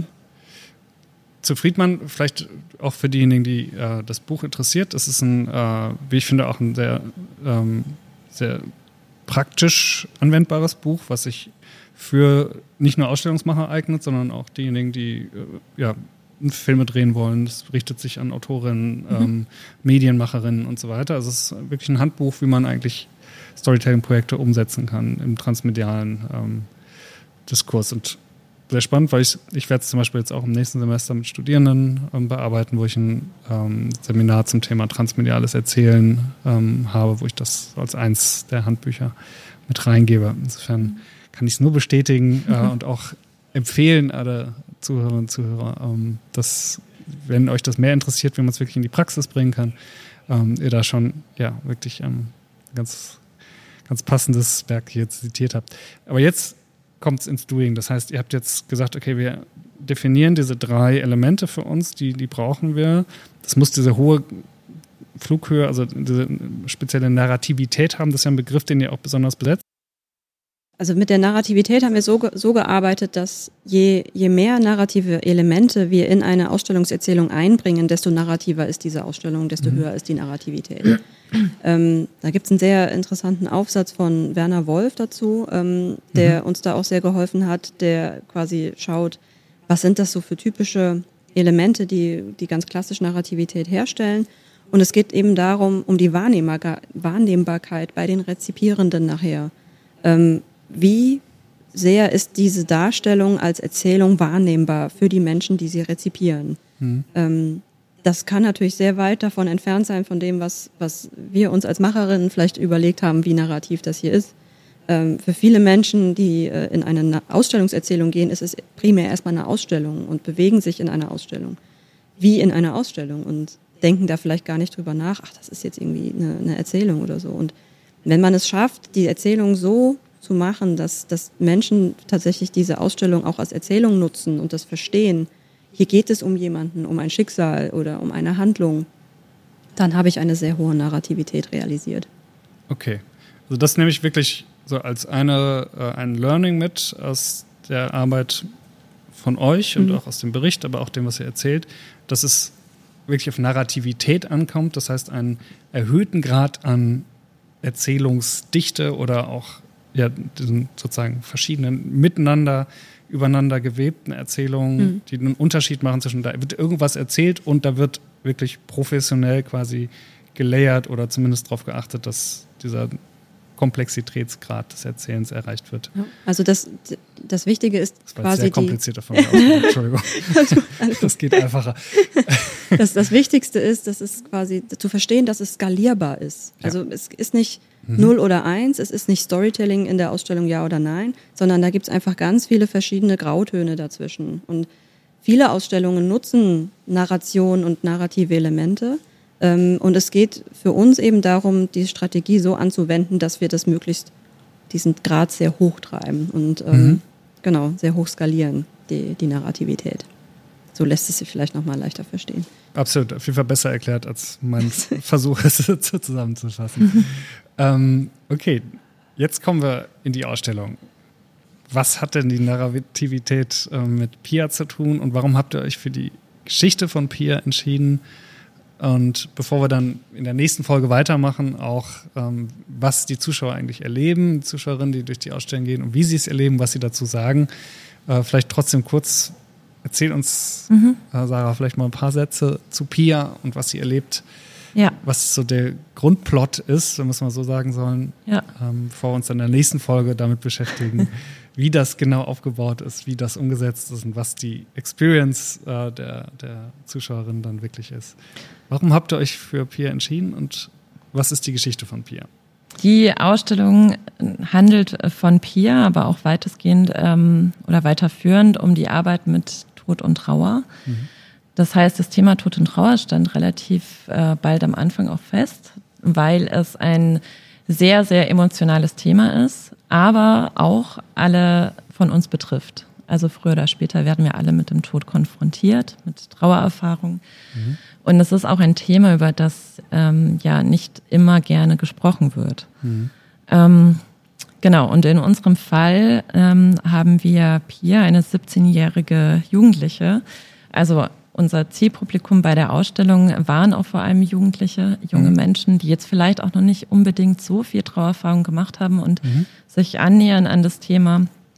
Zu Friedman, vielleicht auch für diejenigen, die äh, das Buch interessiert, es ist ein, äh, wie ich finde, auch ein sehr, ähm, sehr praktisch anwendbares Buch, was sich für nicht nur Ausstellungsmacher eignet, sondern auch diejenigen, die äh, ja, Filme drehen wollen. Es richtet sich an Autorinnen, mhm. ähm, Medienmacherinnen und so weiter. Also es ist wirklich ein Handbuch, wie man eigentlich Storytelling-Projekte umsetzen kann im transmedialen ähm, Diskurs. Und sehr spannend, weil ich, ich werde es zum Beispiel jetzt auch im nächsten Semester mit Studierenden ähm, bearbeiten, wo ich ein ähm, Seminar zum Thema transmediales Erzählen ähm, habe, wo ich das als eins der Handbücher mit reingebe. Insofern kann ich es nur bestätigen äh, mhm. und auch empfehlen, alle Zuhörerinnen und Zuhörer, ähm, dass, wenn euch das mehr interessiert, wie man es wirklich in die Praxis bringen kann, ähm, ihr da schon ja wirklich ähm, ganz, ganz passendes Werk hier zitiert habt. Aber jetzt kommt es ins Doing. Das heißt, ihr habt jetzt gesagt, okay, wir definieren diese drei Elemente für uns, die, die brauchen wir. Das muss diese hohe Flughöhe, also diese spezielle Narrativität haben. Das ist ja ein Begriff, den ihr auch besonders besetzt. Also mit der Narrativität haben wir so, so gearbeitet, dass je, je mehr narrative Elemente wir in eine Ausstellungserzählung einbringen, desto narrativer ist diese Ausstellung, desto mhm. höher ist die Narrativität. Ja. Ähm, da gibt es einen sehr interessanten Aufsatz von Werner Wolf dazu, ähm, der mhm. uns da auch sehr geholfen hat, der quasi schaut, was sind das so für typische Elemente, die die ganz klassisch Narrativität herstellen. Und es geht eben darum, um die Wahrnehmbarkeit bei den Rezipierenden nachher. Ähm, Wie sehr ist diese Darstellung als Erzählung wahrnehmbar für die Menschen, die sie rezipieren? Mhm. Ähm, das kann natürlich sehr weit davon entfernt sein, von dem, was, was wir uns als Macherinnen vielleicht überlegt haben, wie narrativ das hier ist. Ähm, für viele Menschen, die äh, in eine Ausstellungserzählung gehen, ist es primär erstmal eine Ausstellung und bewegen sich in einer Ausstellung. Wie in einer Ausstellung und denken da vielleicht gar nicht drüber nach, ach, das ist jetzt irgendwie eine, eine Erzählung oder so. Und wenn man es schafft, die Erzählung so zu machen, dass, dass Menschen tatsächlich diese Ausstellung auch als Erzählung nutzen und das verstehen, hier geht es um jemanden, um ein Schicksal oder um eine Handlung, dann habe ich eine sehr hohe Narrativität realisiert. Okay, also das nehme ich wirklich so als eine, äh, ein Learning mit aus der Arbeit von euch und mhm. auch aus dem Bericht, aber auch dem, was ihr erzählt, dass es wirklich auf Narrativität ankommt, das heißt einen erhöhten Grad an Erzählungsdichte oder auch ja, diesen sozusagen verschiedenen miteinander, übereinander gewebten Erzählungen, mhm. die einen Unterschied machen zwischen, da wird irgendwas erzählt und da wird wirklich professionell quasi gelayert oder zumindest darauf geachtet, dass dieser Komplexitätsgrad des Erzählens erreicht wird. Ja, also das, das Wichtige ist das war quasi sehr komplizierter von mir aus. Entschuldigung. also, also, das geht einfacher. Das, das Wichtigste ist, dass es quasi zu verstehen, dass es skalierbar ist. Ja. Also es ist nicht mhm. null oder eins, es ist nicht Storytelling in der Ausstellung ja oder nein, sondern da gibt es einfach ganz viele verschiedene Grautöne dazwischen. Und viele Ausstellungen nutzen Narration und narrative Elemente. Und es geht für uns eben darum, die Strategie so anzuwenden, dass wir das möglichst, diesen Grad sehr hoch treiben und ähm, mhm. genau, sehr hoch skalieren, die, die Narrativität. So lässt es sich vielleicht nochmal leichter verstehen. Absolut, auf jeden Fall besser erklärt, als mein Versuch, es zusammenzufassen. ähm, okay, jetzt kommen wir in die Ausstellung. Was hat denn die Narrativität äh, mit Pia zu tun und warum habt ihr euch für die Geschichte von Pia entschieden? Und bevor wir dann in der nächsten Folge weitermachen, auch ähm, was die Zuschauer eigentlich erleben, die Zuschauerinnen, die durch die Ausstellung gehen und wie sie es erleben, was sie dazu sagen, äh, vielleicht trotzdem kurz, erzähl uns, mhm. äh, Sarah, vielleicht mal ein paar Sätze zu Pia und was sie erlebt, ja. was so der Grundplot ist, wenn wir es mal so sagen sollen, ja. ähm, bevor wir uns dann in der nächsten Folge damit beschäftigen, wie das genau aufgebaut ist, wie das umgesetzt ist und was die Experience äh, der, der Zuschauerin dann wirklich ist. Warum habt ihr euch für Pia entschieden und was ist die Geschichte von Pia? Die Ausstellung handelt von Pia, aber auch weitestgehend ähm, oder weiterführend um die Arbeit mit Tod und Trauer. Mhm. Das heißt, das Thema Tod und Trauer stand relativ äh, bald am Anfang auch fest, weil es ein sehr, sehr emotionales Thema ist, aber auch alle von uns betrifft. Also früher oder später werden wir alle mit dem Tod konfrontiert, mit Trauererfahrung. Mhm. Und es ist auch ein Thema, über das ähm, ja nicht immer gerne gesprochen wird. Mhm. Ähm, genau, und in unserem Fall ähm, haben wir Pia, eine siebzehnjährige Jugendliche. Also unser Zielpublikum bei der Ausstellung waren auch vor allem Jugendliche, junge mhm. Menschen, die jetzt vielleicht auch noch nicht unbedingt so viel Trauererfahrung gemacht haben und mhm. sich annähern an das Thema.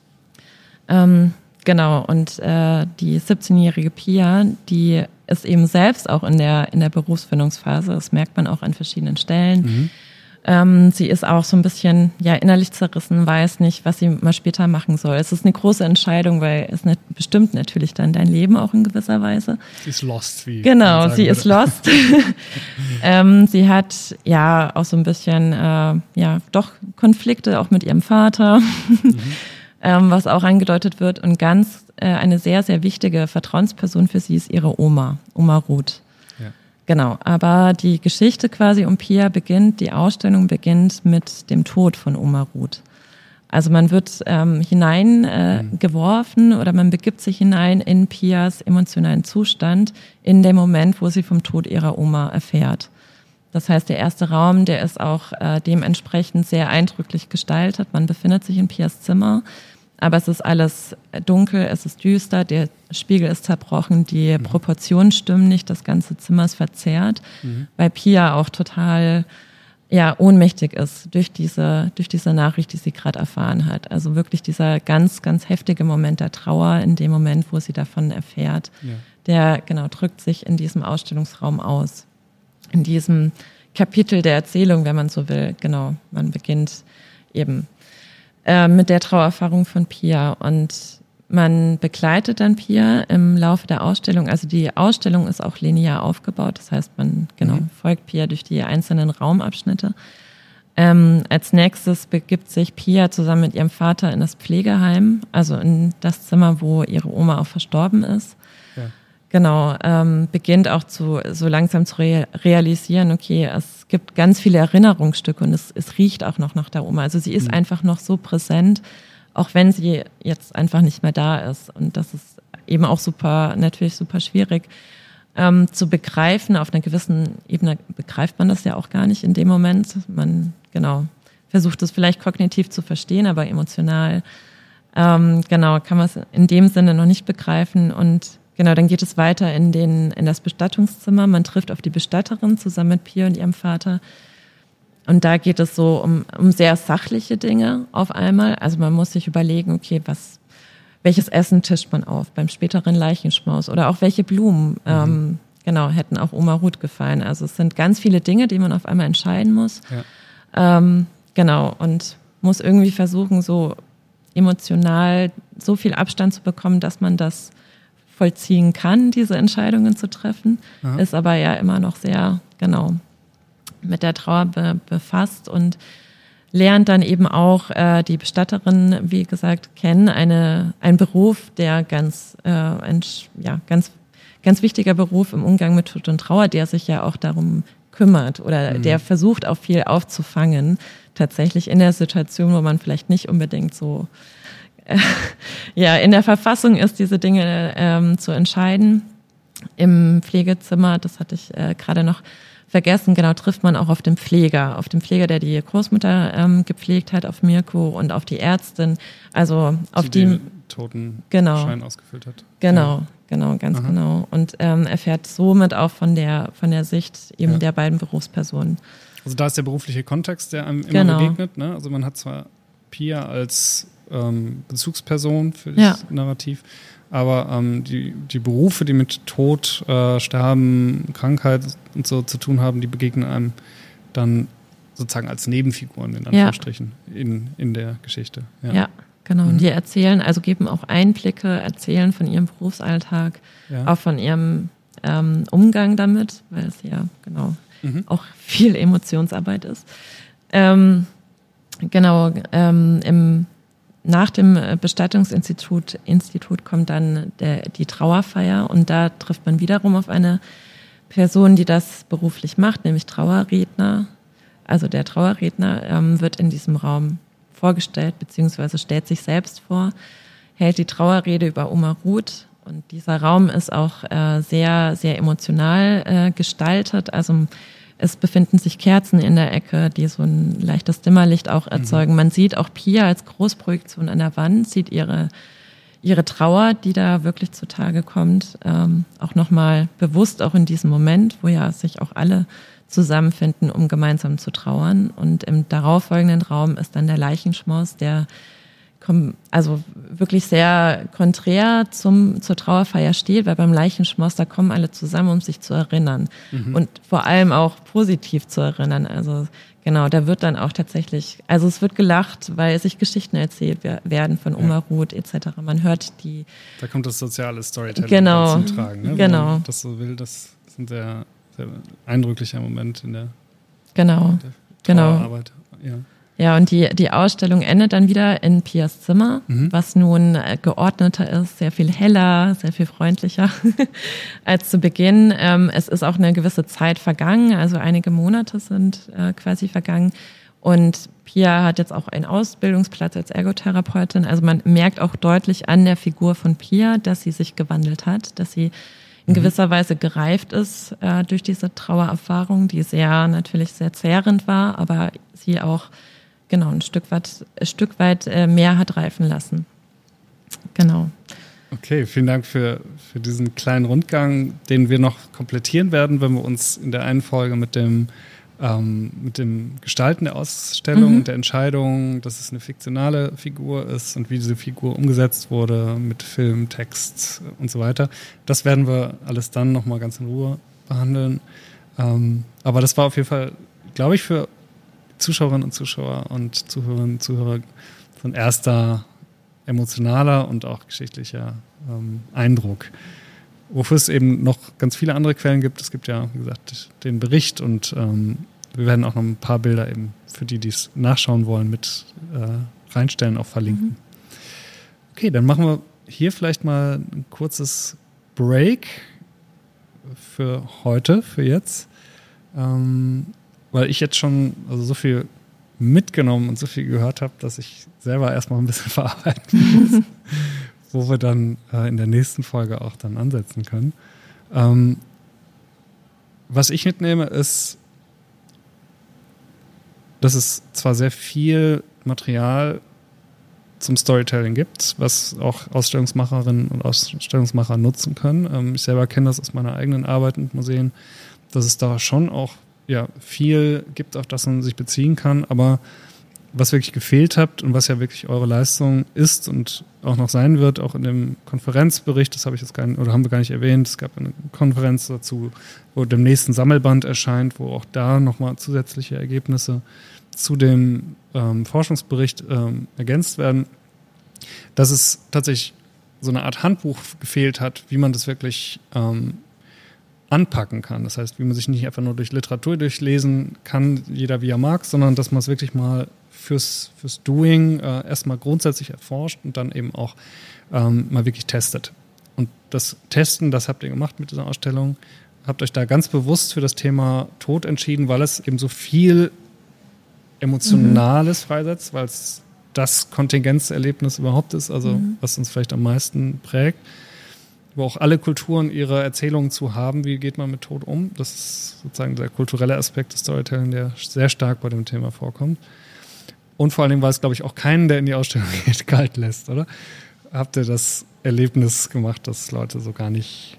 Ähm, genau, und äh, die siebzehnjährige Pia, die ist eben selbst auch in der in der Berufsfindungsphase, das merkt man auch an verschiedenen Stellen. Mhm. Ähm, sie ist auch so ein bisschen ja innerlich zerrissen, weiß nicht, was sie mal später machen soll. Es ist eine große Entscheidung, weil es nicht, bestimmt natürlich dann dein Leben auch in gewisser Weise. Sie ist lost, wie Genau, sie würde. ist lost. ähm, sie hat ja auch so ein bisschen äh, ja doch Konflikte auch mit ihrem Vater, mhm. ähm, was auch angedeutet wird. Und ganz äh, eine sehr, sehr wichtige Vertrauensperson für sie ist ihre Oma, Oma Ruth. Genau, aber die Geschichte quasi um Pia beginnt, die Ausstellung beginnt mit dem Tod von Oma Ruth. Also man wird ähm, hineingeworfen äh, oder man begibt sich hinein in Pias emotionalen Zustand in dem Moment, wo sie vom Tod ihrer Oma erfährt. Das heißt, der erste Raum, der ist auch äh, dementsprechend sehr eindrücklich gestaltet. Man befindet sich in Pias Zimmer, aber es ist alles dunkel, es ist düster, der Spiegel ist zerbrochen, die mhm. Proportionen stimmen nicht, das ganze Zimmer ist verzerrt, mhm. weil Pia auch total ja ohnmächtig ist durch diese durch diese Nachricht, die sie gerade erfahren hat. Also wirklich dieser ganz ganz heftige Moment der Trauer in dem Moment, wo sie davon erfährt, ja. der genau drückt sich in diesem Ausstellungsraum aus, in diesem Kapitel der Erzählung, wenn man so will. Genau, man beginnt eben mit der Trauererfahrung von Pia und man begleitet dann Pia im Laufe der Ausstellung. Also die Ausstellung ist auch linear aufgebaut, das heißt, man genau mhm. folgt Pia durch die einzelnen Raumabschnitte. Ähm, als nächstes begibt sich Pia zusammen mit ihrem Vater in das Pflegeheim, also in das Zimmer, wo ihre Oma auch verstorben ist. Ja. Genau, ähm, beginnt auch zu so langsam zu re- realisieren, okay, es gibt ganz viele Erinnerungsstücke und es, es riecht auch noch nach der Oma. Also sie ist mhm. einfach noch so präsent, auch wenn sie jetzt einfach nicht mehr da ist. Und das ist eben auch super, natürlich super schwierig ähm, zu begreifen. Auf einer gewissen Ebene begreift man das ja auch gar nicht in dem Moment. Man, genau, versucht es vielleicht kognitiv zu verstehen, aber emotional, ähm, genau, kann man es in dem Sinne noch nicht begreifen. Und genau, dann geht es weiter in den in das Bestattungszimmer. Man trifft auf die Bestatterin zusammen mit Pia und ihrem Vater. und da geht es so um, um sehr sachliche Dinge auf einmal. Also man muss sich überlegen, okay, was, welches Essen tischt man auf beim späteren Leichenschmaus oder auch welche Blumen, mhm. ähm, genau, hätten auch Oma Ruth gefallen. Also es sind ganz viele Dinge, die man auf einmal entscheiden muss. Ja. Ähm, genau, und muss irgendwie versuchen, so emotional so viel Abstand zu bekommen, dass man das vollziehen kann, diese Entscheidungen zu treffen. Aha. Ist aber ja immer noch sehr, genau, mit der Trauer be- befasst und lernt dann eben auch äh, die Bestatterin, wie gesagt, kennen, eine, ein Beruf, der ganz, äh, ein, ja, ganz Ganz wichtiger Beruf im Umgang mit Tod und Trauer, der sich ja auch darum kümmert oder mhm. der versucht auch viel aufzufangen, tatsächlich in der Situation, wo man vielleicht nicht unbedingt so äh, ja in der Verfassung ist, diese Dinge ähm, zu entscheiden. Im Pflegezimmer, das hatte ich äh, gerade noch vergessen, genau, trifft man auch auf den Pfleger, auf den Pfleger, der die Großmutter ähm, gepflegt hat, auf Mirko und auf die Ärztin, also auf die, die Totenschein genau, ausgefüllt hat. Genau. Ja. Genau, ganz Aha. genau. Und ähm, erfährt somit auch von der von der Sicht eben ja. der beiden Berufspersonen. Also da ist der berufliche Kontext, der einem immer genau. begegnet. Ne? Also man hat zwar Pia als ähm, Bezugsperson für das ja. Narrativ, aber ähm, die, die Berufe, die mit Tod, äh, Sterben, Krankheit und so zu tun haben, die begegnen einem dann sozusagen als Nebenfiguren in Anführungsstrichen ja. in, in der Geschichte. Ja. ja. Genau, mhm. und die erzählen, also geben auch Einblicke, erzählen von ihrem Berufsalltag, ja. auch von ihrem ähm, Umgang damit, weil es ja genau mhm. auch viel Emotionsarbeit ist. Ähm, genau, ähm, im, nach dem Bestattungsinstitut Institut kommt dann der, die Trauerfeier und da trifft man wiederum auf eine Person, die das beruflich macht, nämlich Trauerredner. Also der Trauerredner ähm, wird in diesem Raum vorgestellt, beziehungsweise stellt sich selbst vor, hält die Trauerrede über Oma Ruth. Und dieser Raum ist auch äh, sehr, sehr emotional äh, gestaltet. Also es befinden sich Kerzen in der Ecke, die so ein leichtes Dimmerlicht auch erzeugen. Mhm. Man sieht auch Pia als Großprojektion an der Wand, sieht ihre, ihre Trauer, die da wirklich zutage kommt, ähm, auch nochmal bewusst, auch in diesem Moment, wo ja sich auch alle zusammenfinden, um gemeinsam zu trauern. Und im darauffolgenden Raum ist dann der Leichenschmaus, der also wirklich sehr konträr zum, zur Trauerfeier steht, weil beim Leichenschmaus, da kommen alle zusammen, um sich zu erinnern. Mhm. Und vor allem auch positiv zu erinnern. Also genau, da wird dann auch tatsächlich, also es wird gelacht, weil sich Geschichten erzählt werden von Oma Ruth et cetera. Man hört die... Da kommt das soziale Storytelling genau, zum Tragen. Ne? Genau. Wenn man das so will, das sind sehr... sehr eindrücklicher Moment in der, genau, der genau. Trauerarbeit. Ja. Ja, und die, die Ausstellung endet dann wieder in Pias Zimmer, mhm. was nun äh, geordneter ist, sehr viel heller, sehr viel freundlicher als zu Beginn. Ähm, es ist auch eine gewisse Zeit vergangen, also einige Monate sind äh, quasi vergangen. Und Pia hat jetzt auch einen Ausbildungsplatz als Ergotherapeutin. Also man merkt auch deutlich an der Figur von Pia, dass sie sich gewandelt hat, dass sie in gewisser Weise gereift ist äh, durch diese Trauererfahrung, die sehr natürlich sehr zehrend war, aber sie auch genau ein Stück weit, ein Stück weit äh, mehr hat reifen lassen. Genau. Okay, vielen Dank für, für diesen kleinen Rundgang, den wir noch komplettieren werden, wenn wir uns in der einen Folge mit dem ähm, mit dem Gestalten der Ausstellung mhm. und der Entscheidung, dass es eine fiktionale Figur ist und wie diese Figur umgesetzt wurde mit Film, Text und so weiter. Das werden wir alles dann nochmal ganz in Ruhe behandeln. Ähm, aber das war auf jeden Fall, glaube ich, für Zuschauerinnen und Zuschauer und Zuhörerinnen und Zuhörer so ein erster emotionaler und auch geschichtlicher ähm, Eindruck. Wofür es eben noch ganz viele andere Quellen gibt. Es gibt ja, wie gesagt, den Bericht und ähm, wir werden auch noch ein paar Bilder eben für die, die es nachschauen wollen, mit äh, reinstellen, auch verlinken. Mhm. Okay, dann machen wir hier vielleicht mal ein kurzes Break für heute, für jetzt. Ähm, weil ich jetzt schon also so viel mitgenommen und so viel gehört habe, dass ich selber erstmal ein bisschen verarbeiten muss, wo wir dann äh, in der nächsten Folge auch dann ansetzen können. Ähm, was ich mitnehme, ist, dass es zwar sehr viel Material zum Storytelling gibt, was auch Ausstellungsmacherinnen und Ausstellungsmacher nutzen können. Ähm, ich selber kenne das aus meiner eigenen Arbeit mit Museen, dass es da schon auch ja viel gibt, auf das man sich beziehen kann, aber was wirklich gefehlt hat und was ja wirklich eure Leistung ist und auch noch sein wird, auch in dem Konferenzbericht, das habe ich jetzt gar nicht, oder haben wir gar nicht erwähnt, es gab eine Konferenz dazu, wo demnächst ein Sammelband erscheint, wo auch da nochmal zusätzliche Ergebnisse zu dem ähm, Forschungsbericht ähm, ergänzt werden, dass es tatsächlich so eine Art Handbuch gefehlt hat, wie man das wirklich ähm, anpacken kann. Das heißt, wie man sich nicht einfach nur durch Literatur durchlesen kann, jeder wie er mag, sondern dass man es wirklich mal fürs, fürs Doing äh, erstmal grundsätzlich erforscht und dann eben auch ähm, mal wirklich testet. Und das Testen, das habt ihr gemacht mit dieser Ausstellung, habt euch da ganz bewusst für das Thema Tod entschieden, weil es eben so viel Emotionales mhm. freisetzt, weil es das Kontingenzerlebnis überhaupt ist, also mhm. was uns vielleicht am meisten prägt, wo auch alle Kulturen ihre Erzählungen zu haben, wie geht man mit Tod um. Das ist sozusagen der kulturelle Aspekt des Storytelling, der sehr stark bei dem Thema vorkommt. Und vor allen Dingen war es, glaube ich, auch keinen, der in die Ausstellung geht, kalt lässt, oder? Habt ihr das Erlebnis gemacht, dass Leute so gar nicht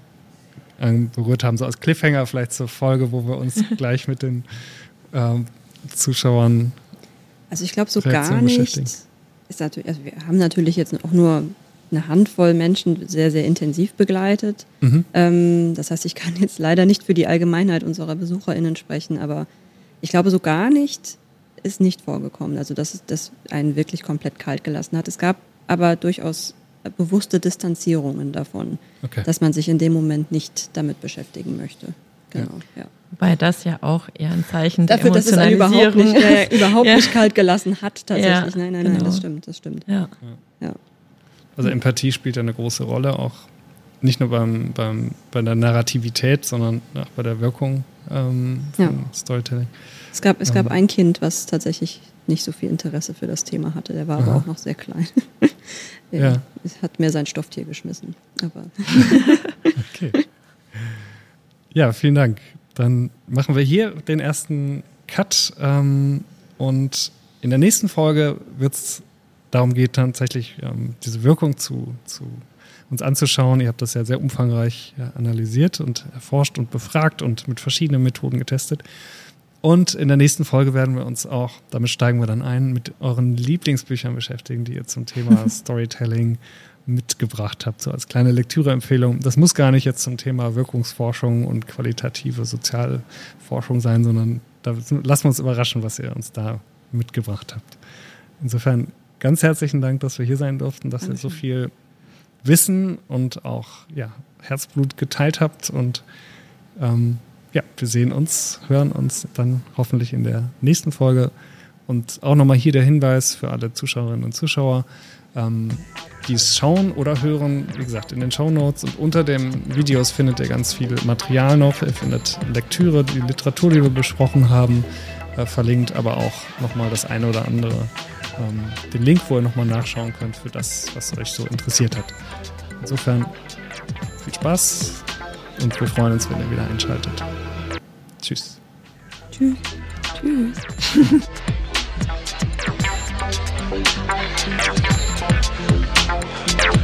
berührt haben, so als Cliffhanger vielleicht zur Folge, wo wir uns gleich mit den ähm, Zuschauern Also ich glaube so gar nicht. Ist natürlich, also wir haben natürlich jetzt auch nur eine Handvoll Menschen sehr, sehr intensiv begleitet. Mhm. Ähm, das heißt, ich kann jetzt leider nicht für die Allgemeinheit unserer BesucherInnen sprechen, aber ich glaube so gar nicht ist nicht vorgekommen. Also dass es das einen wirklich komplett kalt gelassen hat. Es gab aber durchaus bewusste Distanzierungen davon, okay. dass man sich in dem Moment nicht damit beschäftigen möchte. Genau, ja. ja. Wobei das ja auch eher ein Zeichen der Dafür, Emotionalisierung dass es einen überhaupt nicht, äh, überhaupt ja. nicht kalt gelassen hat, tatsächlich. Ja, nein, nein, genau. nein, das stimmt, das stimmt. Ja. Ja. Also Empathie spielt ja eine große Rolle, auch nicht nur beim, beim, bei der Narrativität, sondern auch bei der Wirkung ähm, von ja. Storytelling. Es gab, es ähm. gab ein Kind, was tatsächlich nicht so viel Interesse für das Thema hatte. Der war Aha. aber auch noch sehr klein. Der ja. hat mir sein Stofftier geschmissen. Aber okay. Ja, vielen Dank. Dann machen wir hier den ersten Cut ähm, und in der nächsten Folge wird es darum gehen, tatsächlich ähm, diese Wirkung zu, zu uns anzuschauen. Ihr habt das ja sehr umfangreich ja, analysiert und erforscht und befragt und mit verschiedenen Methoden getestet. Und in der nächsten Folge werden wir uns auch, damit steigen wir dann ein, mit euren Lieblingsbüchern beschäftigen, die ihr zum Thema Storytelling mitgebracht habt, so als kleine Lektüreempfehlung. Das muss gar nicht jetzt zum Thema Wirkungsforschung und qualitative Sozialforschung sein, sondern da lassen wir uns überraschen, was ihr uns da mitgebracht habt. Insofern ganz herzlichen Dank, dass wir hier sein durften, dass Dankeschön. Ihr so viel Wissen und auch ja, Herzblut geteilt habt und ähm, ja, wir sehen uns, hören uns dann hoffentlich in der nächsten Folge. Und auch nochmal hier der Hinweis für alle Zuschauerinnen und Zuschauer, ähm, die es schauen oder hören, wie gesagt, in den Shownotes und unter den Videos findet ihr ganz viel Material noch. Ihr findet Lektüre, die Literatur, die wir besprochen haben, äh, verlinkt, aber auch nochmal das eine oder andere, ähm, den Link, wo ihr nochmal nachschauen könnt für das, was euch so interessiert hat. Insofern viel Spaß und wir freuen uns, wenn ihr wieder einschaltet. Tschüss. Tschüss. Tschüss. Thank you.